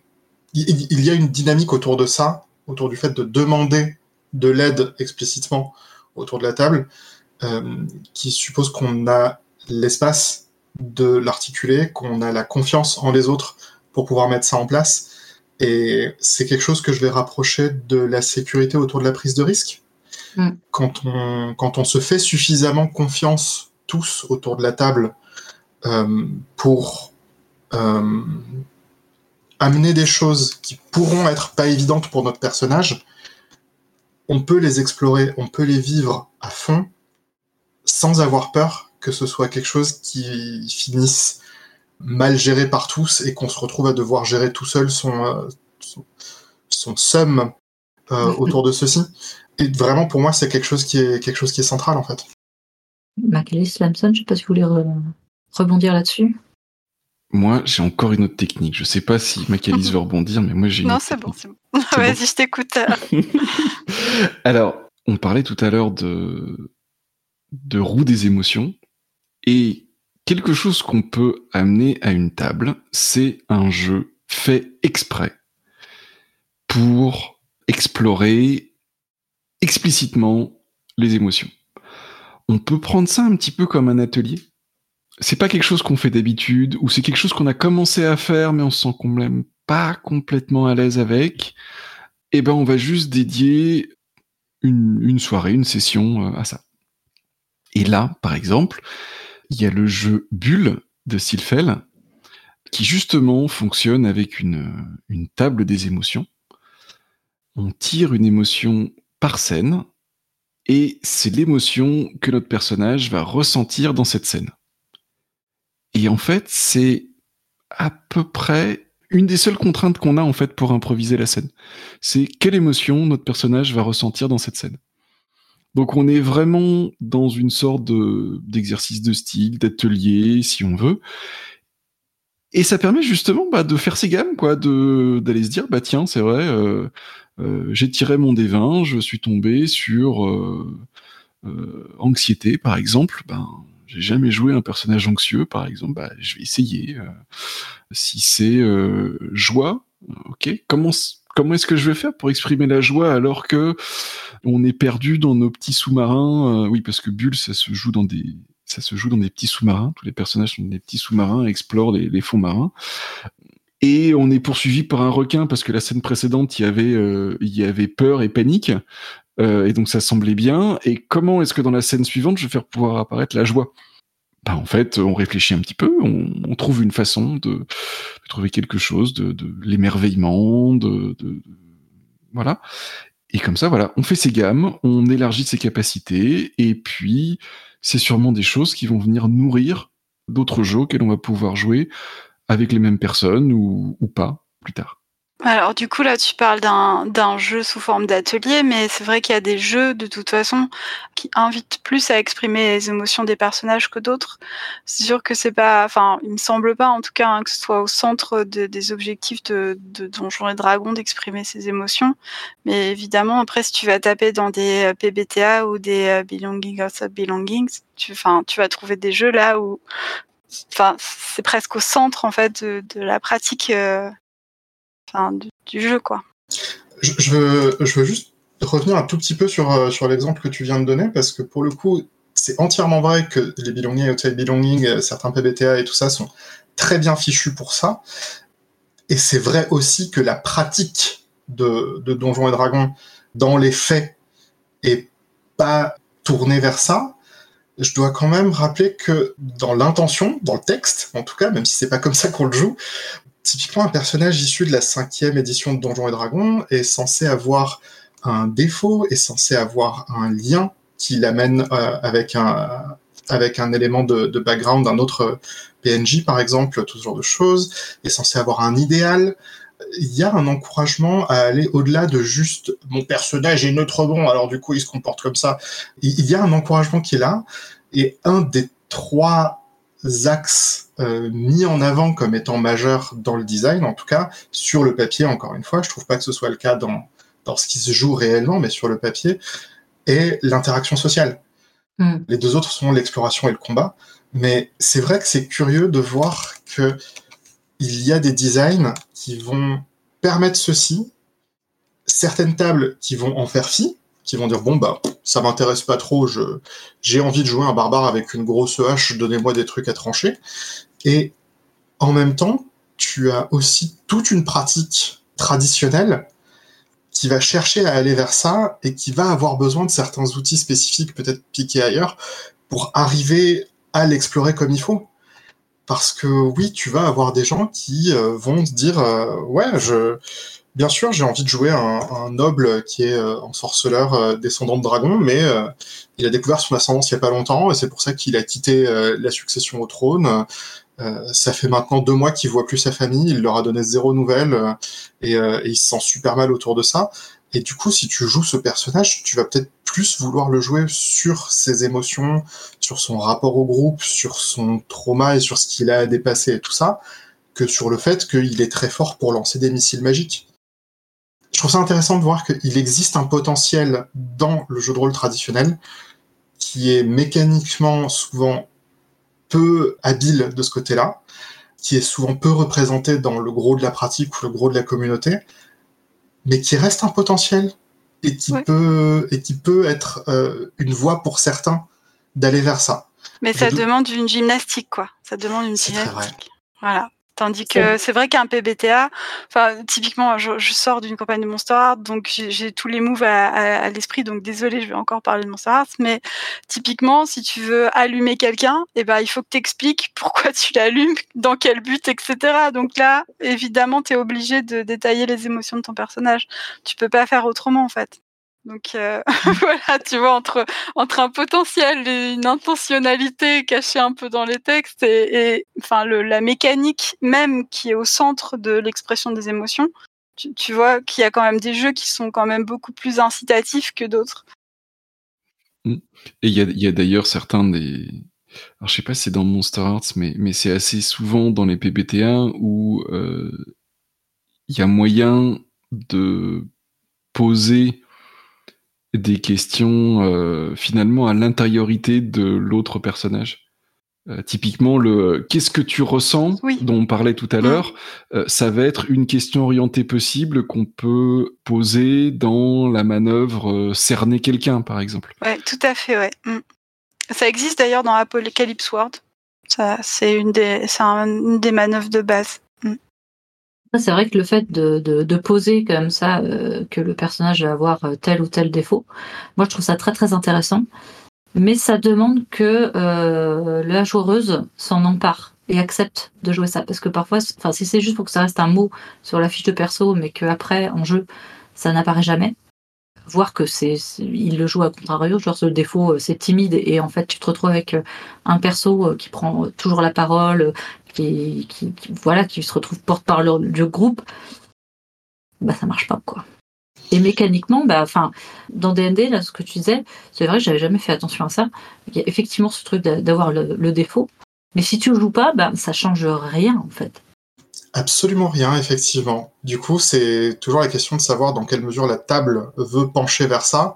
Il y a une dynamique autour de ça, autour du fait de demander de l'aide explicitement autour de la table, euh, qui suppose qu'on a l'espace de l'articuler, qu'on a la confiance en les autres pour pouvoir mettre ça en place. Et c'est quelque chose que je vais rapprocher de la sécurité autour de la prise de risque. Mm. Quand on, quand on se fait suffisamment confiance tous autour de la table euh, pour euh, amener des choses qui pourront être pas évidentes pour notre personnage, on peut les explorer, on peut les vivre à fond sans avoir peur que ce soit quelque chose qui finisse mal géré par tous et qu'on se retrouve à devoir gérer tout seul son, euh, son, son somme euh, autour de ceci. Et vraiment, pour moi, c'est quelque chose qui est quelque chose qui est central, en fait. Macalis Lamson, je ne sais pas si vous voulez re- rebondir là-dessus. Moi, j'ai encore une autre technique. Je sais pas si Macalis veut rebondir, mais moi, j'ai une Non, autre c'est bon, technique. c'est bon. C'est Vas-y, bon je t'écoute. Alors, on parlait tout à l'heure de, de roue des émotions, et quelque chose qu'on peut amener à une table, c'est un jeu fait exprès pour explorer explicitement les émotions. On peut prendre ça un petit peu comme un atelier. C'est pas quelque chose qu'on fait d'habitude, ou c'est quelque chose qu'on a commencé à faire, mais on se sent quand même pas complètement à l'aise avec. Et ben, on va juste dédier une, une soirée, une session à ça. Et là, par exemple, il y a le jeu Bulle de Stilfel, qui justement fonctionne avec une, une table des émotions. On tire une émotion par scène, et c'est l'émotion que notre personnage va ressentir dans cette scène. Et en fait, c'est à peu près une des seules contraintes qu'on a en fait pour improviser la scène. C'est quelle émotion notre personnage va ressentir dans cette scène. Donc on est vraiment dans une sorte de, d'exercice de style, d'atelier, si on veut. Et ça permet justement bah, de faire ses gammes, quoi, de, d'aller se dire, bah tiens, c'est vrai, euh, euh, j'ai tiré mon dé vingt, je suis tombé sur euh, euh, anxiété, par exemple. Ben, j'ai jamais joué un personnage anxieux, par exemple. Bah, je vais essayer. Euh, si c'est euh, joie, ok. Comment comment est-ce que je vais faire pour exprimer la joie alors que on est perdu dans nos petits sous-marins? euh, Oui, parce que Bulle, ça se joue dans des ça se joue dans des petits sous-marins. Tous les personnages sont des petits sous-marins, explorent les, les fonds marins. Et on est poursuivi par un requin parce que la scène précédente, il y avait euh, il y avait peur et panique. Euh, et donc ça semblait bien. Et comment est-ce que dans la scène suivante, je vais faire pouvoir apparaître la joie? Ben, en fait, on réfléchit un petit peu, on, on trouve une façon de, de trouver quelque chose, de, de l'émerveillement, de, de, de voilà. Et comme ça, voilà, on fait ses gammes, on élargit ses capacités, et puis c'est sûrement des choses qui vont venir nourrir d'autres jeux auxquels on va pouvoir jouer avec les mêmes personnes ou, ou pas plus tard. Alors du coup là tu parles d'un d'un jeu sous forme d'atelier, mais c'est vrai qu'il y a des jeux de toute façon qui invitent plus à exprimer les émotions des personnages que d'autres. C'est sûr que c'est pas, enfin il me semble pas en tout cas hein, que ce soit au centre de, des objectifs de, de Donjons et Dragons d'exprimer ses émotions, mais évidemment après si tu vas taper dans des P B T A ou des uh, Belonging Outside Belongings, tu, enfin tu vas trouver des jeux là où, enfin c'est presque au centre en fait de, de la pratique. Euh, Enfin, du, du jeu, quoi. Je, je, veux, je veux juste revenir un tout petit peu sur, sur l'exemple que tu viens de donner, parce que pour le coup, c'est entièrement vrai que les belonging, outside belonging, certains P B T A et tout ça sont très bien fichus pour ça. Et c'est vrai aussi que la pratique de, de Donjons et Dragons, dans les faits, est pas tournée vers ça. Je dois quand même rappeler que dans l'intention, dans le texte, en tout cas, même si c'est pas comme ça qu'on le joue, typiquement, un personnage issu de la cinquième édition de Donjons et Dragons est censé avoir un défaut, est censé avoir un lien qui l'amène euh, avec un avec un élément de, de background d'un autre P N J, par exemple, tout ce genre de choses, est censé avoir un idéal. Il y a un encouragement à aller au-delà de juste « mon personnage est neutre bon, alors du coup il se comporte comme ça ». Il y a un encouragement qui est là, et un des trois axes euh, mis en avant comme étant majeurs dans le design, en tout cas sur le papier, encore une fois, je trouve pas que ce soit le cas dans, dans ce qui se joue réellement, mais sur le papier, est l'interaction sociale. Mm. Les deux autres sont l'exploration et le combat, mais c'est vrai que c'est curieux de voir que il y a des designs qui vont permettre ceci, certaines tables qui vont en faire fi, qui vont dire bon bah ça m'intéresse pas trop, je j'ai envie de jouer un barbare avec une grosse hache, donnez-moi des trucs à trancher. Et en même temps, tu as aussi toute une pratique traditionnelle qui va chercher à aller vers ça et qui va avoir besoin de certains outils spécifiques, peut-être piqués ailleurs, pour arriver à l'explorer comme il faut. Parce que oui, tu vas avoir des gens qui euh, vont se dire euh, ouais, je bien sûr, j'ai envie de jouer un, un noble qui est euh, ensorceleur euh, descendant de dragon, mais euh, il a découvert son ascendance il y a pas longtemps, et c'est pour ça qu'il a quitté euh, la succession au trône. Euh, ça fait maintenant deux mois qu'il voit plus sa famille, il leur a donné zéro nouvelle, euh, et, euh, et il se sent super mal autour de ça. Et du coup, si tu joues ce personnage, tu vas peut-être plus vouloir le jouer sur ses émotions, sur son rapport au groupe, sur son trauma et sur ce qu'il a à dépasser et tout ça, que sur le fait qu'il est très fort pour lancer des missiles magiques. Je trouve ça intéressant de voir qu'il existe un potentiel dans le jeu de rôle traditionnel qui est mécaniquement souvent peu habile de ce côté-là, qui est souvent peu représenté dans le gros de la pratique ou le gros de la communauté, mais qui reste un potentiel et qui Ouais. peut et qui peut être euh, une voie pour certains d'aller vers ça. Mais Je ça dou- demande une gymnastique, quoi. Ça demande une C'est très vrai. gymnastique. Voilà. Tandis C'est- que c'est vrai qu'un P B T A, enfin typiquement, je, je sors d'une campagne de Monster Hearts, donc j'ai, j'ai tous les moves à, à, à l'esprit, donc désolé, je vais encore parler de Monster Hearts, mais typiquement, si tu veux allumer quelqu'un, eh ben il faut que tu expliques pourquoi tu l'allumes, dans quel but, et cetera. Donc là, évidemment, tu es obligé de détailler les émotions de ton personnage. Tu peux pas faire autrement en fait. Donc euh, voilà, tu vois, entre entre un potentiel et une intentionnalité cachée un peu dans les textes et, et enfin le, la mécanique même qui est au centre de l'expression des émotions, tu, tu vois qu'il y a quand même des jeux qui sont quand même beaucoup plus incitatifs que d'autres. Et il y a, il y a d'ailleurs certains des... Alors je sais pas si c'est dans Monster Hearts, mais, mais c'est assez souvent dans les P B T un où euh, il y a moyen de poser des questions euh, finalement à l'intériorité de l'autre personnage. Euh, typiquement, le euh, qu'est-ce que tu ressens, Oui. dont on parlait tout à Mm. l'heure, euh, ça va être une question orientée possible qu'on peut poser dans la manœuvre euh, cerner quelqu'un, par exemple. Ouais, tout à fait, ouais. Mm. Ça existe d'ailleurs dans Apocalypse World. Ça, c'est une des, c'est un, une des manœuvres de base. Mm. C'est vrai que le fait de, de, de poser comme ça euh, que le personnage va avoir euh, tel ou tel défaut, moi je trouve ça très très intéressant. Mais ça demande que euh, la joueuse s'en empare et accepte de jouer ça. Parce que parfois, enfin, si c'est juste pour que ça reste un mot sur la fiche de perso, mais qu'après, en jeu, ça n'apparaît jamais, voir que c'est, c'est il le joue à contrario, genre ce défaut, euh, c'est timide, et en fait, tu te retrouves avec euh, un perso euh, qui prend toujours la parole, euh, qui, qui, qui- voilà, qui se retrouve porte-parole du groupe, bah ça marche pas, quoi. Et mécaniquement, bah, enfin, dans D and D, là, ce que tu disais, c'est vrai que j'avais jamais fait attention à ça. Il y a effectivement ce truc d'a- d'avoir le, le défaut. Mais si tu ne joues pas, bah, ça change rien, en fait. Absolument rien, effectivement. Du coup, c'est toujours la question de savoir dans quelle mesure la table veut pencher vers ça.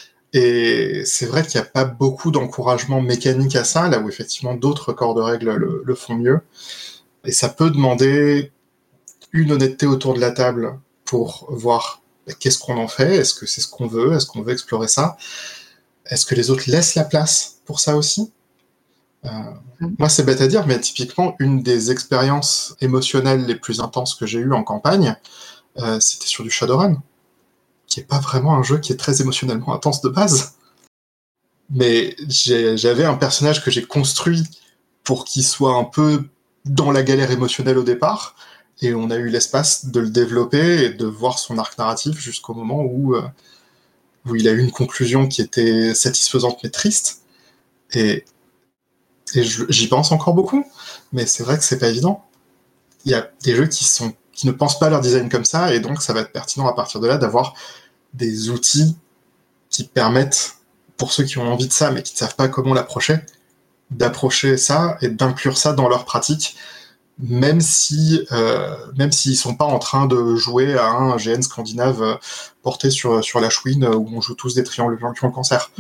Et c'est vrai qu'il n'y a pas beaucoup d'encouragement mécanique à ça, là où effectivement d'autres corps de règles le, le font mieux. Et ça peut demander une honnêteté autour de la table pour voir bah, qu'est-ce qu'on en fait, est-ce que c'est ce qu'on veut, est-ce qu'on veut explorer ça, est-ce que les autres laissent la place pour ça aussi. Euh, moi, c'est bête à dire, mais typiquement, une des expériences émotionnelles les plus intenses que j'ai eues en campagne, euh, c'était sur du Shadowrun, qui est pas vraiment un jeu qui est très émotionnellement intense de base. Mais j'ai, j'avais un personnage que j'ai construit pour qu'il soit un peu dans la galère émotionnelle au départ, et on a eu l'espace de le développer et de voir son arc narratif jusqu'au moment où, euh, où il a eu une conclusion qui était satisfaisante mais triste. Et, et je, j'y pense encore beaucoup, mais c'est vrai que c'est pas évident. Il y a des jeux qui, sont, qui ne pensent pas à leur design comme ça, et donc ça va être pertinent à partir de là d'avoir des outils qui permettent, pour ceux qui ont envie de ça mais qui ne savent pas comment l'approcher, d'approcher ça et d'inclure ça dans leur pratique, même si euh, même s'ils sont pas en train de jouer à un G N scandinave euh, porté sur sur la chouine euh, où on joue tous des triangles blancs qui ont le cancer.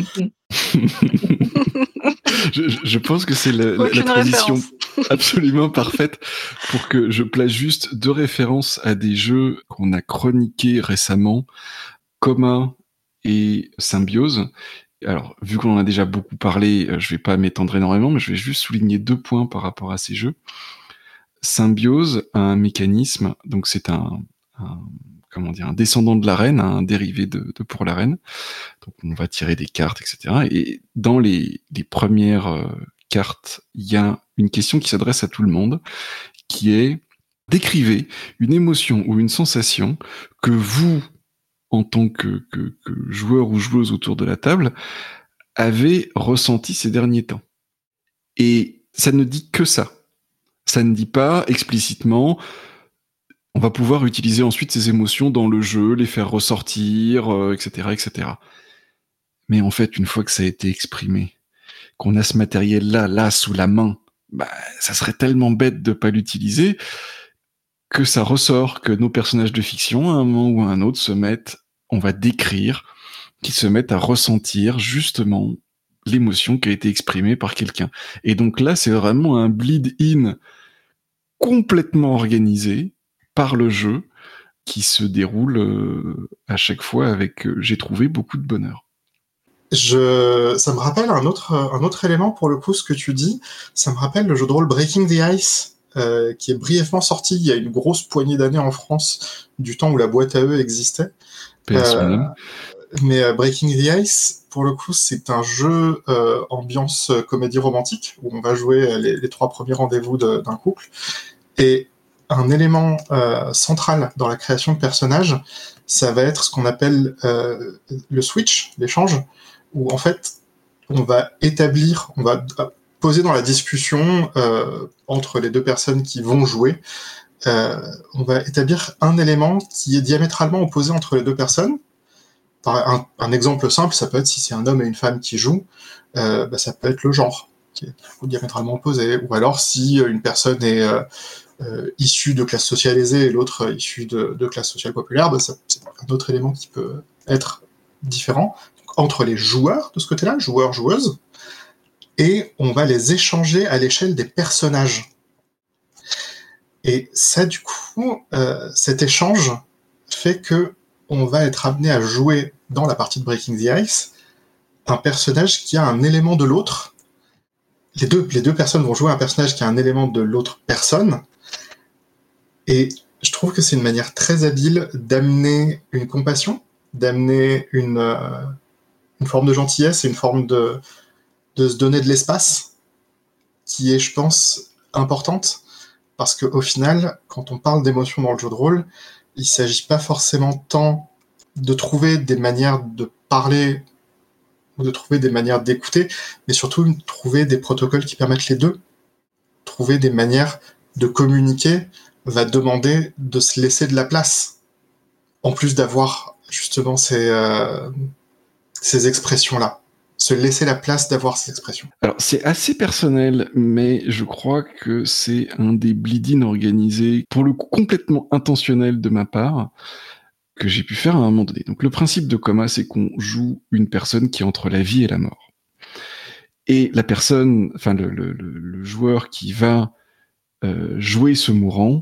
je, je- je pense que c'est la, la- la Aucune transition référence. absolument parfaite pour que je place juste deux références à des jeux qu'on a chroniqués récemment, Coma et Symbiose. Alors, vu qu'on en a déjà beaucoup parlé, euh, je vais pas m'étendre énormément, mais je vais juste souligner deux points par rapport à ces jeux. Symbiose a un mécanisme, donc c'est un, un- comment dire, un descendant de la reine, un dérivé de, de pour la reine. Donc on va tirer des cartes, et cetera. Et dans les, les premières euh, cartes, il y a une question qui s'adresse à tout le monde, qui est décrivez une émotion ou une sensation que vous, en tant que, que, que joueur ou joueuse autour de la table, avez ressenti ces derniers temps. Et ça ne dit que ça. Ça ne dit pas explicitement on va pouvoir utiliser ensuite ces émotions dans le jeu, les faire ressortir, euh, et cetera, et cetera. Mais en fait, une fois que ça a été exprimé, qu'on a ce matériel-là, là, sous la main, bah, ça serait tellement bête de pas l'utiliser que ça ressort, que nos personnages de fiction, à un moment ou à un autre, se mettent, on va décrire, qu'ils se mettent à ressentir justement l'émotion qui a été exprimée par quelqu'un. Et donc là, c'est vraiment un bleed-in complètement organisé par le jeu qui se déroule euh, à chaque fois avec, euh, j'ai trouvé, beaucoup de bonheur. Je, ça me rappelle un autre, un autre élément pour le coup, ce que tu dis. Ça me rappelle le jeu de rôle Breaking the Ice, euh, qui est brièvement sorti il y a une grosse poignée d'années en France, du temps où la boîte à eux existait. Paix à son Euh, âme. mais euh, Breaking the Ice, pour le coup, c'est un jeu euh, ambiance euh, comédie romantique, où on va jouer les, les trois premiers rendez-vous de, d'un couple. Et un élément euh, central dans la création de personnages, ça va être ce qu'on appelle euh, le switch, l'échange, où en fait, on va établir, on va poser dans la discussion euh, entre les deux personnes qui vont jouer, euh, on va établir un élément qui est diamétralement opposé entre les deux personnes. Par un, un exemple simple, ça peut être si c'est un homme et une femme qui jouent, euh, bah, ça peut être le genre qui est diamétralement opposé, ou alors si une personne est euh, euh, issue de classe sociale aisée et l'autre issue de, de classe sociale populaire, bah, ça, c'est un autre élément qui peut être différent entre les joueurs de ce côté-là, joueurs-joueuses, et on va les échanger à l'échelle des personnages. Et ça, du coup, euh, cet échange fait que on va être amené à jouer dans la partie de Breaking the Ice un personnage qui a un élément de l'autre. Les deux, les deux personnes vont jouer un personnage qui a un élément de l'autre personne. Et je trouve que c'est une manière très habile d'amener une compassion, d'amener une... Euh, une forme de gentillesse et une forme de, de se donner de l'espace qui est, je pense, importante, parce qu'au final, quand on parle d'émotion dans le jeu de rôle, il ne s'agit pas forcément tant de trouver des manières de parler ou de trouver des manières d'écouter, mais surtout de trouver des protocoles qui permettent les deux. Trouver des manières de communiquer va demander de se laisser de la place, en plus d'avoir justement ces... Euh, ces expressions-là, se laisser la place d'avoir ces expressions. Alors, c'est assez personnel, mais je crois que c'est un des bleed-in organisés, pour le coup complètement intentionnel de ma part, que j'ai pu faire à un moment donné. Donc, le principe de Coma, c'est qu'on joue une personne qui est entre la vie et la mort. Et la personne, enfin, le, le, le joueur qui va euh, jouer ce mourant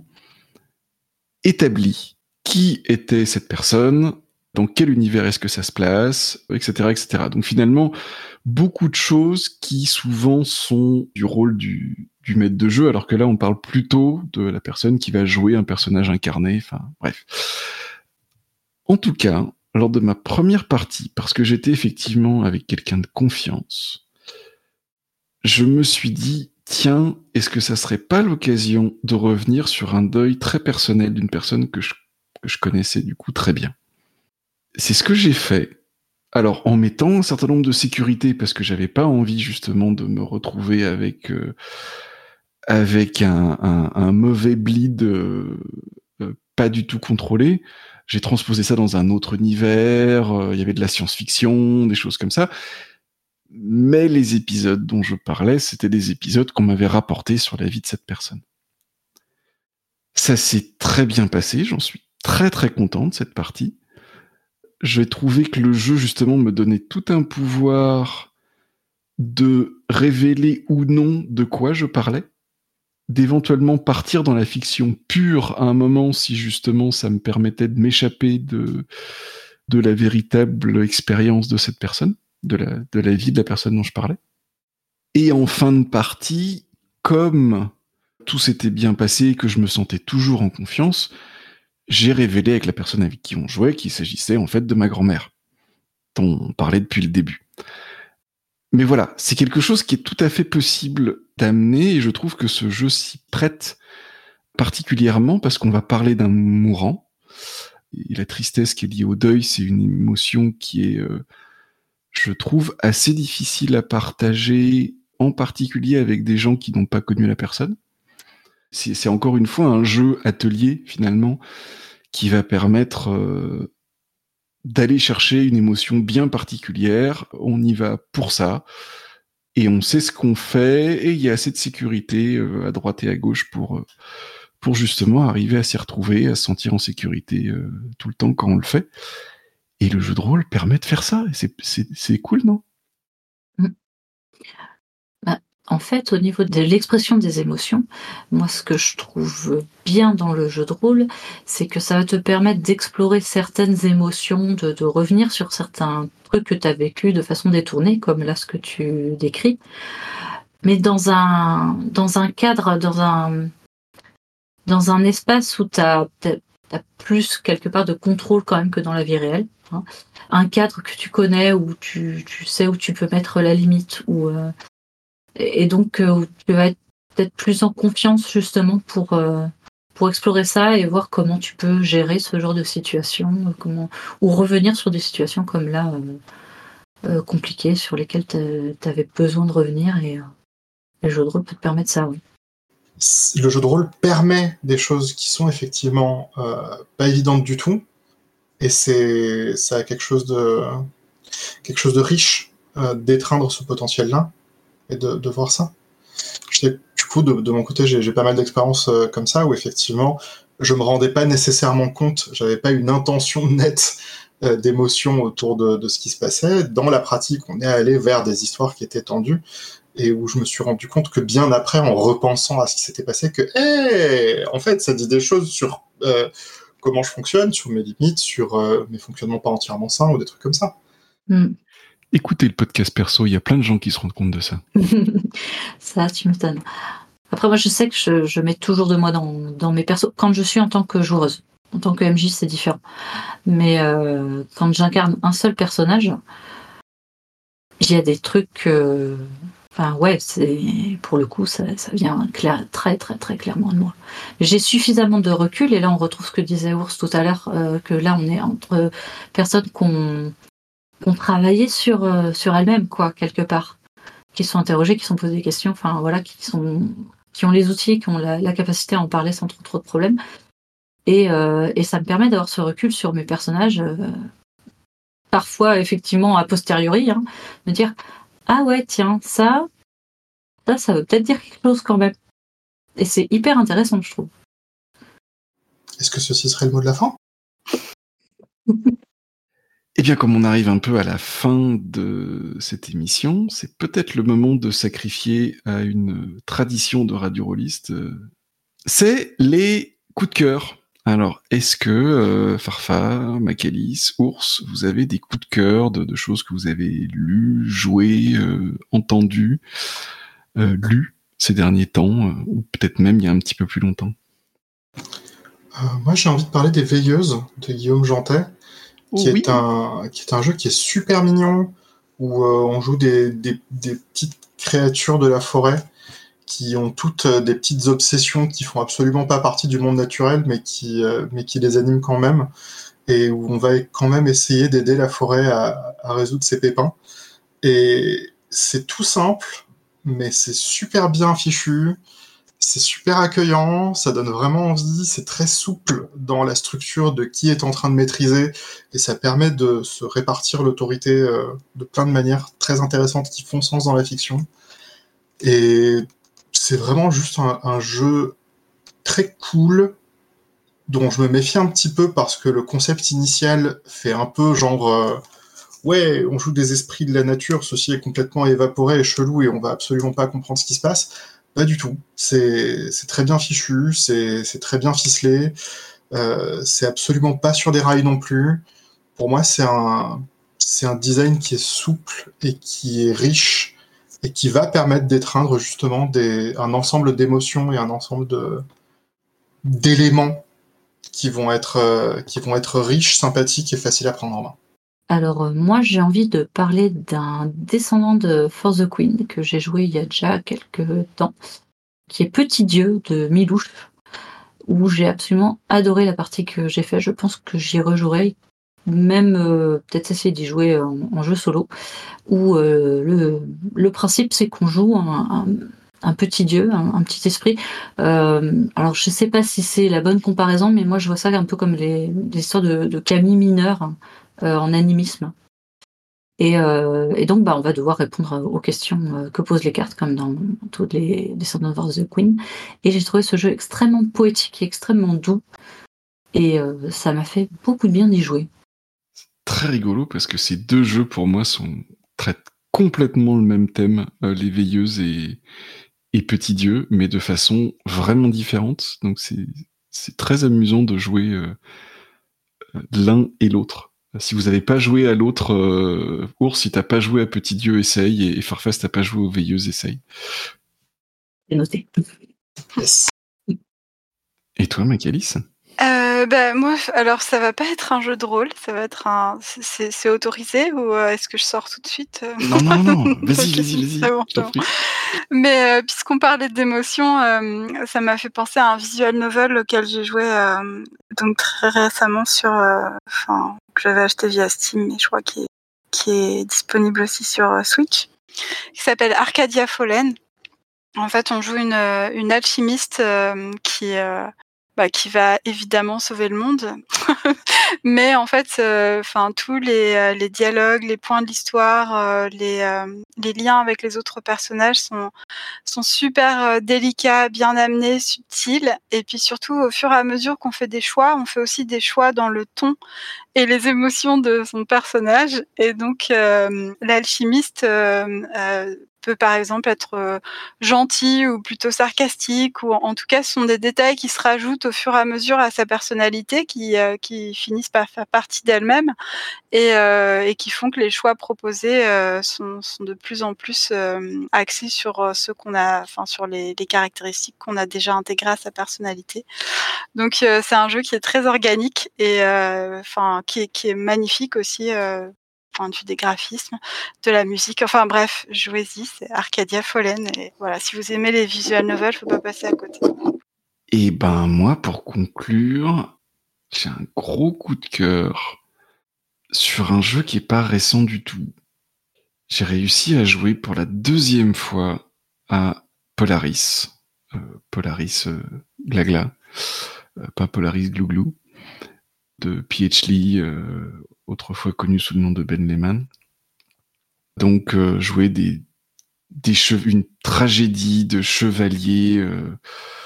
établit qui était cette personne, dans quel univers est-ce que ça se place, et cetera, et cetera. Donc finalement, beaucoup de choses qui souvent sont du rôle du, du maître de jeu, alors que là, on parle plutôt de la personne qui va jouer un personnage incarné, enfin bref. En tout cas, lors de ma première partie, parce que j'étais effectivement avec quelqu'un de confiance, je me suis dit, tiens, est-ce que ça serait pas l'occasion de revenir sur un deuil très personnel d'une personne que je, que je connaissais du coup très bien. C'est ce que j'ai fait. Alors, en mettant un certain nombre de sécurités, parce que j'avais pas envie, justement, de me retrouver avec, euh, avec un, un, un mauvais bleed euh, euh, pas du tout contrôlé. J'ai transposé ça dans un autre univers, il euh, y avait de la science-fiction, des choses comme ça. Mais les épisodes dont je parlais, c'était des épisodes qu'on m'avait rapportés sur la vie de cette personne. Ça s'est très bien passé, j'en suis très très content de cette partie. J'ai trouvé que le jeu, justement, me donnait tout un pouvoir de révéler ou non de quoi je parlais, d'éventuellement partir dans la fiction pure à un moment si, justement, ça me permettait de m'échapper de, de la véritable expérience de cette personne, de la, de la vie de la personne dont je parlais. Et en fin de partie, comme tout s'était bien passé et que je me sentais toujours en confiance, j'ai révélé avec la personne avec qui on jouait qu'il s'agissait en fait de ma grand-mère, dont on parlait depuis le début. Mais voilà, c'est quelque chose qui est tout à fait possible d'amener, et je trouve que ce jeu s'y prête particulièrement parce qu'on va parler d'un mourant, et la tristesse qui est liée au deuil, c'est une émotion qui est, euh, je trouve, assez difficile à partager, en particulier avec des gens qui n'ont pas connu la personne. C'est, c'est encore une fois un jeu atelier, finalement, qui va permettre euh, d'aller chercher une émotion bien particulière. On y va pour ça. Et on sait ce qu'on fait, et il y a assez de sécurité euh, à droite et à gauche pour, euh, pour justement arriver à s'y retrouver, à se sentir en sécurité euh, tout le temps quand on le fait. Et le jeu de rôle permet de faire ça. Et c'est, c'est, c'est cool, non ? Mmh. Bah, en fait, au niveau de l'expression des émotions, moi, ce que je trouve bien dans le jeu de rôle, c'est que ça va te permettre d'explorer certaines émotions, de, de revenir sur certains trucs que tu as vécu de façon détournée, comme là ce que tu décris, mais dans un, dans un cadre, dans un, dans un espace où tu as plus quelque part de contrôle quand même que dans la vie réelle. Hein. Un cadre que tu connais, où tu, tu sais où tu peux mettre la limite, où, euh, et donc euh, où tu vas être peut-être plus en confiance justement pour, euh, pour explorer ça et voir comment tu peux gérer ce genre de situation, euh, comment, ou revenir sur des situations comme là, euh, euh, compliquées, sur lesquelles tu avais besoin de revenir, et euh, le jeu de rôle peut te permettre ça, oui. Le jeu de rôle permet des choses qui sont effectivement euh, pas évidentes du tout, et c'est ça a quelque chose de quelque chose de riche euh, d'étreindre ce potentiel-là et de, de voir ça. Je sais, du coup, de, de mon côté, j'ai, j'ai pas mal d'expériences euh, comme ça où effectivement, je me rendais pas nécessairement compte, j'avais pas une intention nette euh, d'émotion autour de, de ce qui se passait. Dans la pratique, on est allé vers des histoires qui étaient tendues, et où je me suis rendu compte que bien après, en repensant à ce qui s'était passé, que hey, en fait, ça dit des choses sur euh, comment je fonctionne, sur mes limites, sur euh, mes fonctionnements pas entièrement sains, ou des trucs comme ça. Mm. Écoutez le podcast perso, il y a plein de gens qui se rendent compte de ça. Ça, tu m'étonnes. Après, moi, je sais que je, je mets toujours de moi dans, dans mes persos, quand je suis en tant que joueuse. En tant que M J, c'est différent. Mais euh, quand j'incarne un seul personnage, il y a des trucs... Euh... Enfin, ouais, c'est, pour le coup, ça, ça vient clair, très, très, très clairement de moi. J'ai suffisamment de recul, et là, on retrouve ce que disait Ours tout à l'heure, euh, que là, on est entre personnes qu'on ont travaillé sur, euh, sur elles-mêmes, quoi, quelque part. Qui sont interrogées, qui sont posées des questions, enfin, voilà, qui, sont, qui ont les outils, qui ont la, la capacité à en parler sans trop, trop de problèmes. Et, euh, et ça me permet d'avoir ce recul sur mes personnages, euh, parfois, effectivement, a posteriori, hein, me dire... Ah ouais, tiens, ça, ça, ça veut peut-être dire quelque chose quand même. Et c'est hyper intéressant, je trouve. Est-ce que ceci serait le mot de la fin ? Eh bien, comme on arrive un peu à la fin de cette émission, c'est peut-être le moment de sacrifier à une tradition de Radio Rolliste. C'est les coups de cœur. Alors, est-ce que euh, Farfa, Macalis, Ours, vous avez des coups de cœur de, de choses que vous avez lues, jouées, euh, entendues, euh, lues ces derniers temps, euh, ou peut-être même il y a un petit peu plus longtemps ? euh, Moi, j'ai envie de parler des Veilleuses de Guillaume Jantet, qui, oh, oui. est un, qui est un jeu qui est super mignon, où euh, on joue des, des, des petites créatures de la forêt qui ont toutes euh, des petites obsessions qui font absolument pas partie du monde naturel, mais qui, euh, mais qui les animent quand même, et où on va quand même essayer d'aider la forêt à, à résoudre ses pépins. Et c'est tout simple, mais c'est super bien fichu, c'est super accueillant, ça donne vraiment envie, c'est très souple dans la structure de qui est en train de maîtriser, et ça permet de se répartir l'autorité euh, de plein de manières très intéressantes qui font sens dans la fiction. Et c'est vraiment juste un, un jeu très cool, dont je me méfie un petit peu parce que le concept initial fait un peu genre euh, ouais, on joue des esprits de la nature, ceci est complètement évaporé et chelou et on va absolument pas comprendre ce qui se passe. Pas du tout. C'est, c'est très bien fichu, c'est, c'est très bien ficelé, euh, c'est absolument pas sur des rails non plus. Pour moi, c'est un, c'est un design qui est souple et qui est riche, et qui va permettre d'étreindre justement des, un ensemble d'émotions et un ensemble de, d'éléments qui vont être, euh, qui vont être riches, sympathiques et faciles à prendre en main. Alors euh, moi j'ai envie de parler d'un descendant de For the Queen que j'ai joué il y a déjà quelques temps, qui est Petit Dieu de Milouche, où j'ai absolument adoré la partie que j'ai faite. Je pense que j'y rejouerai, même euh, peut-être essayer d'y jouer en, en jeu solo, où euh, le, le principe c'est qu'on joue un, un, un petit dieu, un, un petit esprit. Euh, alors je sais pas si c'est la bonne comparaison, mais moi je vois ça un peu comme les, les histoires de, de kami mineurs euh, en animisme. Et, euh, et donc bah on va devoir répondre aux questions euh, que posent les cartes, comme dans toutes les Descendants of the Queen. Et j'ai trouvé ce jeu extrêmement poétique et extrêmement doux. Et euh, ça m'a fait beaucoup de bien d'y jouer. Très rigolo parce que ces deux jeux pour moi sont traitent complètement le même thème, euh, les veilleuses et, et Petit Dieu, mais de façon vraiment différente. Donc c'est c'est très amusant de jouer euh, l'un et l'autre. Si vous n'avez pas joué à l'autre, euh, Ours, si t'as pas joué à Petit Dieu, essaye, et, et Farfas, si t'as pas joué aux veilleuses, essaye. C'est noté. Yes. Et toi, Macalis? Euh, bah, moi, alors ça va pas être un jeu de rôle, ça va être un. C'est, c'est autorisé ou euh, est-ce que je sors tout de suite euh Non, non, non, vas-y, Ok, vas-y, vas-y, c'est bon, je t'en c'est prie. Mais euh, puisqu'on parlait d'émotions, euh, ça m'a fait penser à un visual novel auquel j'ai joué euh, donc très récemment sur, euh, enfin que j'avais acheté via Steam, mais je crois qu'il est, qui est disponible aussi sur euh, Switch, qui s'appelle Arcadia Fallen. En fait, on joue une, euh, une alchimiste euh, qui euh, bah, qui va évidemment sauver le monde, mais en fait, enfin euh, tous les, euh, les dialogues, les points de l'histoire, euh, les, euh, les liens avec les autres personnages sont sont super euh, délicats, bien amenés, subtils, et puis surtout au fur et à mesure qu'on fait des choix, on fait aussi des choix dans le ton et les émotions de son personnage, et donc euh, l'alchimiste euh, euh, peut par exemple être euh, gentil ou plutôt sarcastique, ou en tout cas ce sont des détails qui se rajoutent au fur et à mesure à sa personnalité, qui, euh, qui finissent par faire partie d'elle-même, et, euh, et qui font que les choix proposés euh, sont, sont de plus en plus euh, axés sur euh, ce qu'on a, enfin sur les, les caractéristiques qu'on a déjà intégrées à sa personnalité. Donc euh, c'est un jeu qui est très organique et enfin euh, qui, est, qui est magnifique aussi. Euh, point de vue des graphismes, de la musique, enfin bref, jouez-y, c'est Arcadia Fallen, et voilà, si vous aimez les visual novels, faut pas passer à côté. Et ben moi, pour conclure, j'ai un gros coup de cœur sur un jeu qui est pas récent du tout. J'ai réussi à jouer pour la deuxième fois à Polaris, euh, Polaris euh, Glagla, euh, pas Polaris Glouglou, de P H. Lee, euh, autrefois connu sous le nom de Ben Lehman. Donc euh, jouer des, des chev- une tragédie de chevaliers euh,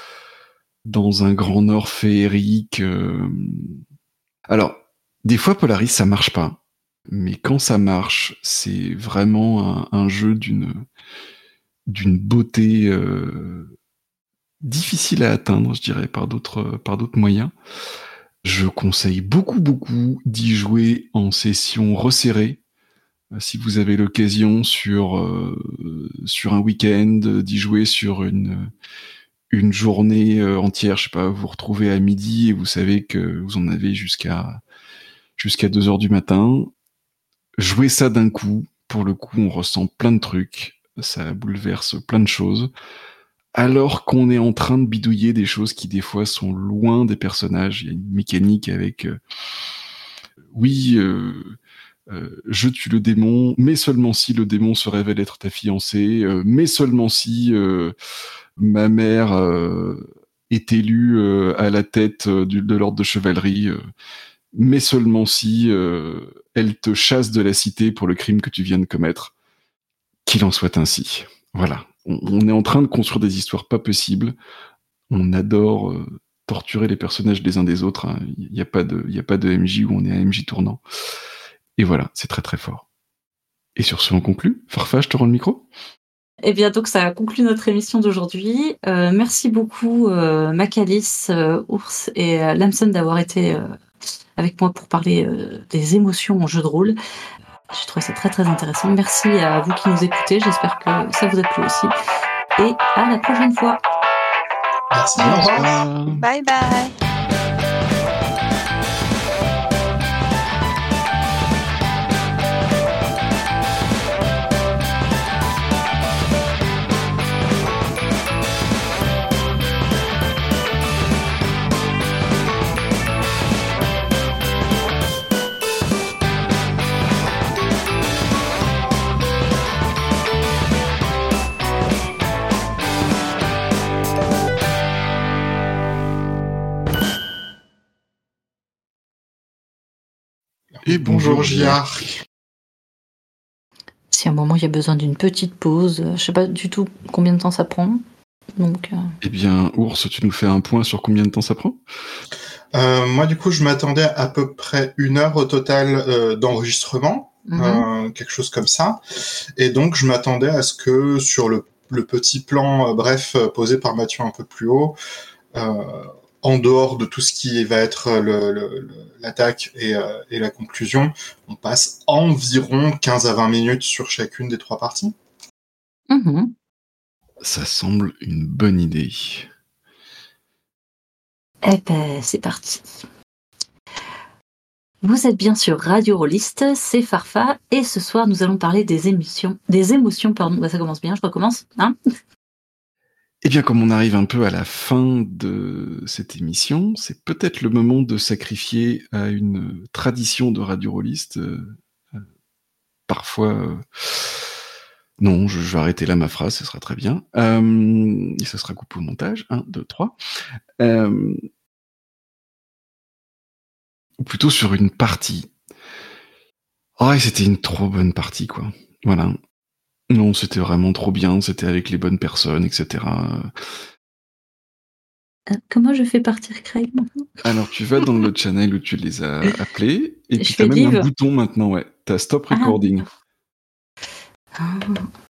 dans un grand nord féerique. Euh... Alors, des fois Polaris ça marche pas, mais quand ça marche, c'est vraiment un, un jeu d'une d'une beauté euh, difficile à atteindre, je dirais, par d'autres par d'autres moyens. Je conseille beaucoup beaucoup d'y jouer en session resserrée. Si vous avez l'occasion sur euh, sur un week-end d'y jouer sur une une journée euh, entière, je sais pas, vous vous retrouvez à midi et vous savez que vous en avez jusqu'à jusqu'à deux heures du matin. Jouez ça d'un coup. Pour le coup, on ressent plein de trucs. Ça bouleverse plein de choses. Alors qu'on est en train de bidouiller des choses qui, des fois, sont loin des personnages. Il y a une mécanique avec... Euh, oui, euh, euh, je tue le démon, mais seulement si le démon se révèle être ta fiancée, euh, mais seulement si euh, ma mère euh, est élue euh, à la tête euh, du, de l'ordre de chevalerie, euh, mais seulement si euh, elle te chasse de la cité pour le crime que tu viens de commettre. Qu'il en soit ainsi. Voilà. On, on est en train de construire des histoires pas possibles. On adore euh, torturer les personnages des uns des autres. Il hein. n'y a pas de, il y a pas de M J où on est à M J tournant. Et voilà, c'est très très fort. Et sur ce, on conclut. Farfa, je te rends le micro. Eh bien, donc, ça conclut notre émission d'aujourd'hui. Euh, merci beaucoup, euh, Macalis, euh, Ours et euh, Lamson d'avoir été euh, avec moi pour parler euh, des émotions en jeu de rôle. J'ai trouvé ça très très intéressant. Merci à vous qui nous écoutez. J'espère que ça vous a plu aussi. Et à la prochaine fois. Merci. Au revoir. Bye bye. Et bonjour, Bonjour J-Arc. J-Arc. Si à un moment il y a besoin d'une petite pause, euh, je sais pas du tout combien de temps ça prend. Donc, euh, Eh bien, Ours, tu nous fais un point sur combien de temps ça prend? Euh, moi, du coup, je m'attendais à peu près une heure au total euh, d'enregistrement, mhm. euh, quelque chose comme ça. Et donc, je m'attendais à ce que sur le, le petit plan, euh, bref, euh, posé par Mathieu un peu plus haut, euh, en dehors de tout ce qui va être le, le, le, l'attaque et, euh, et la conclusion, on passe environ quinze à vingt minutes sur chacune des trois parties. Mhm. Ça semble une bonne idée. Eh ben, c'est parti. Vous êtes bien sur Radio Rollist, c'est Farfa, et ce soir nous allons parler des émissions, des émotions, pardon, bah, ça commence bien, je recommence, hein. Eh bien, comme on arrive un peu à la fin de cette émission, c'est peut-être le moment de sacrifier à une tradition de Radio Rollist. Euh, euh, parfois, euh, non, je, je vais arrêter là ma phrase, ce sera très bien. Euh, et ça sera coupé au montage. Un, deux, trois. Euh, ou plutôt sur une partie. Oh, et c'était une trop bonne partie, quoi. Voilà. Non, c'était vraiment trop bien, c'était avec les bonnes personnes, et cetera. Euh, comment je fais partir Craig maintenant? Alors, tu vas dans le channel où tu les as appelés, et Je puis fais t'as même live. un bouton maintenant, ouais. T'as stop recording. Ah.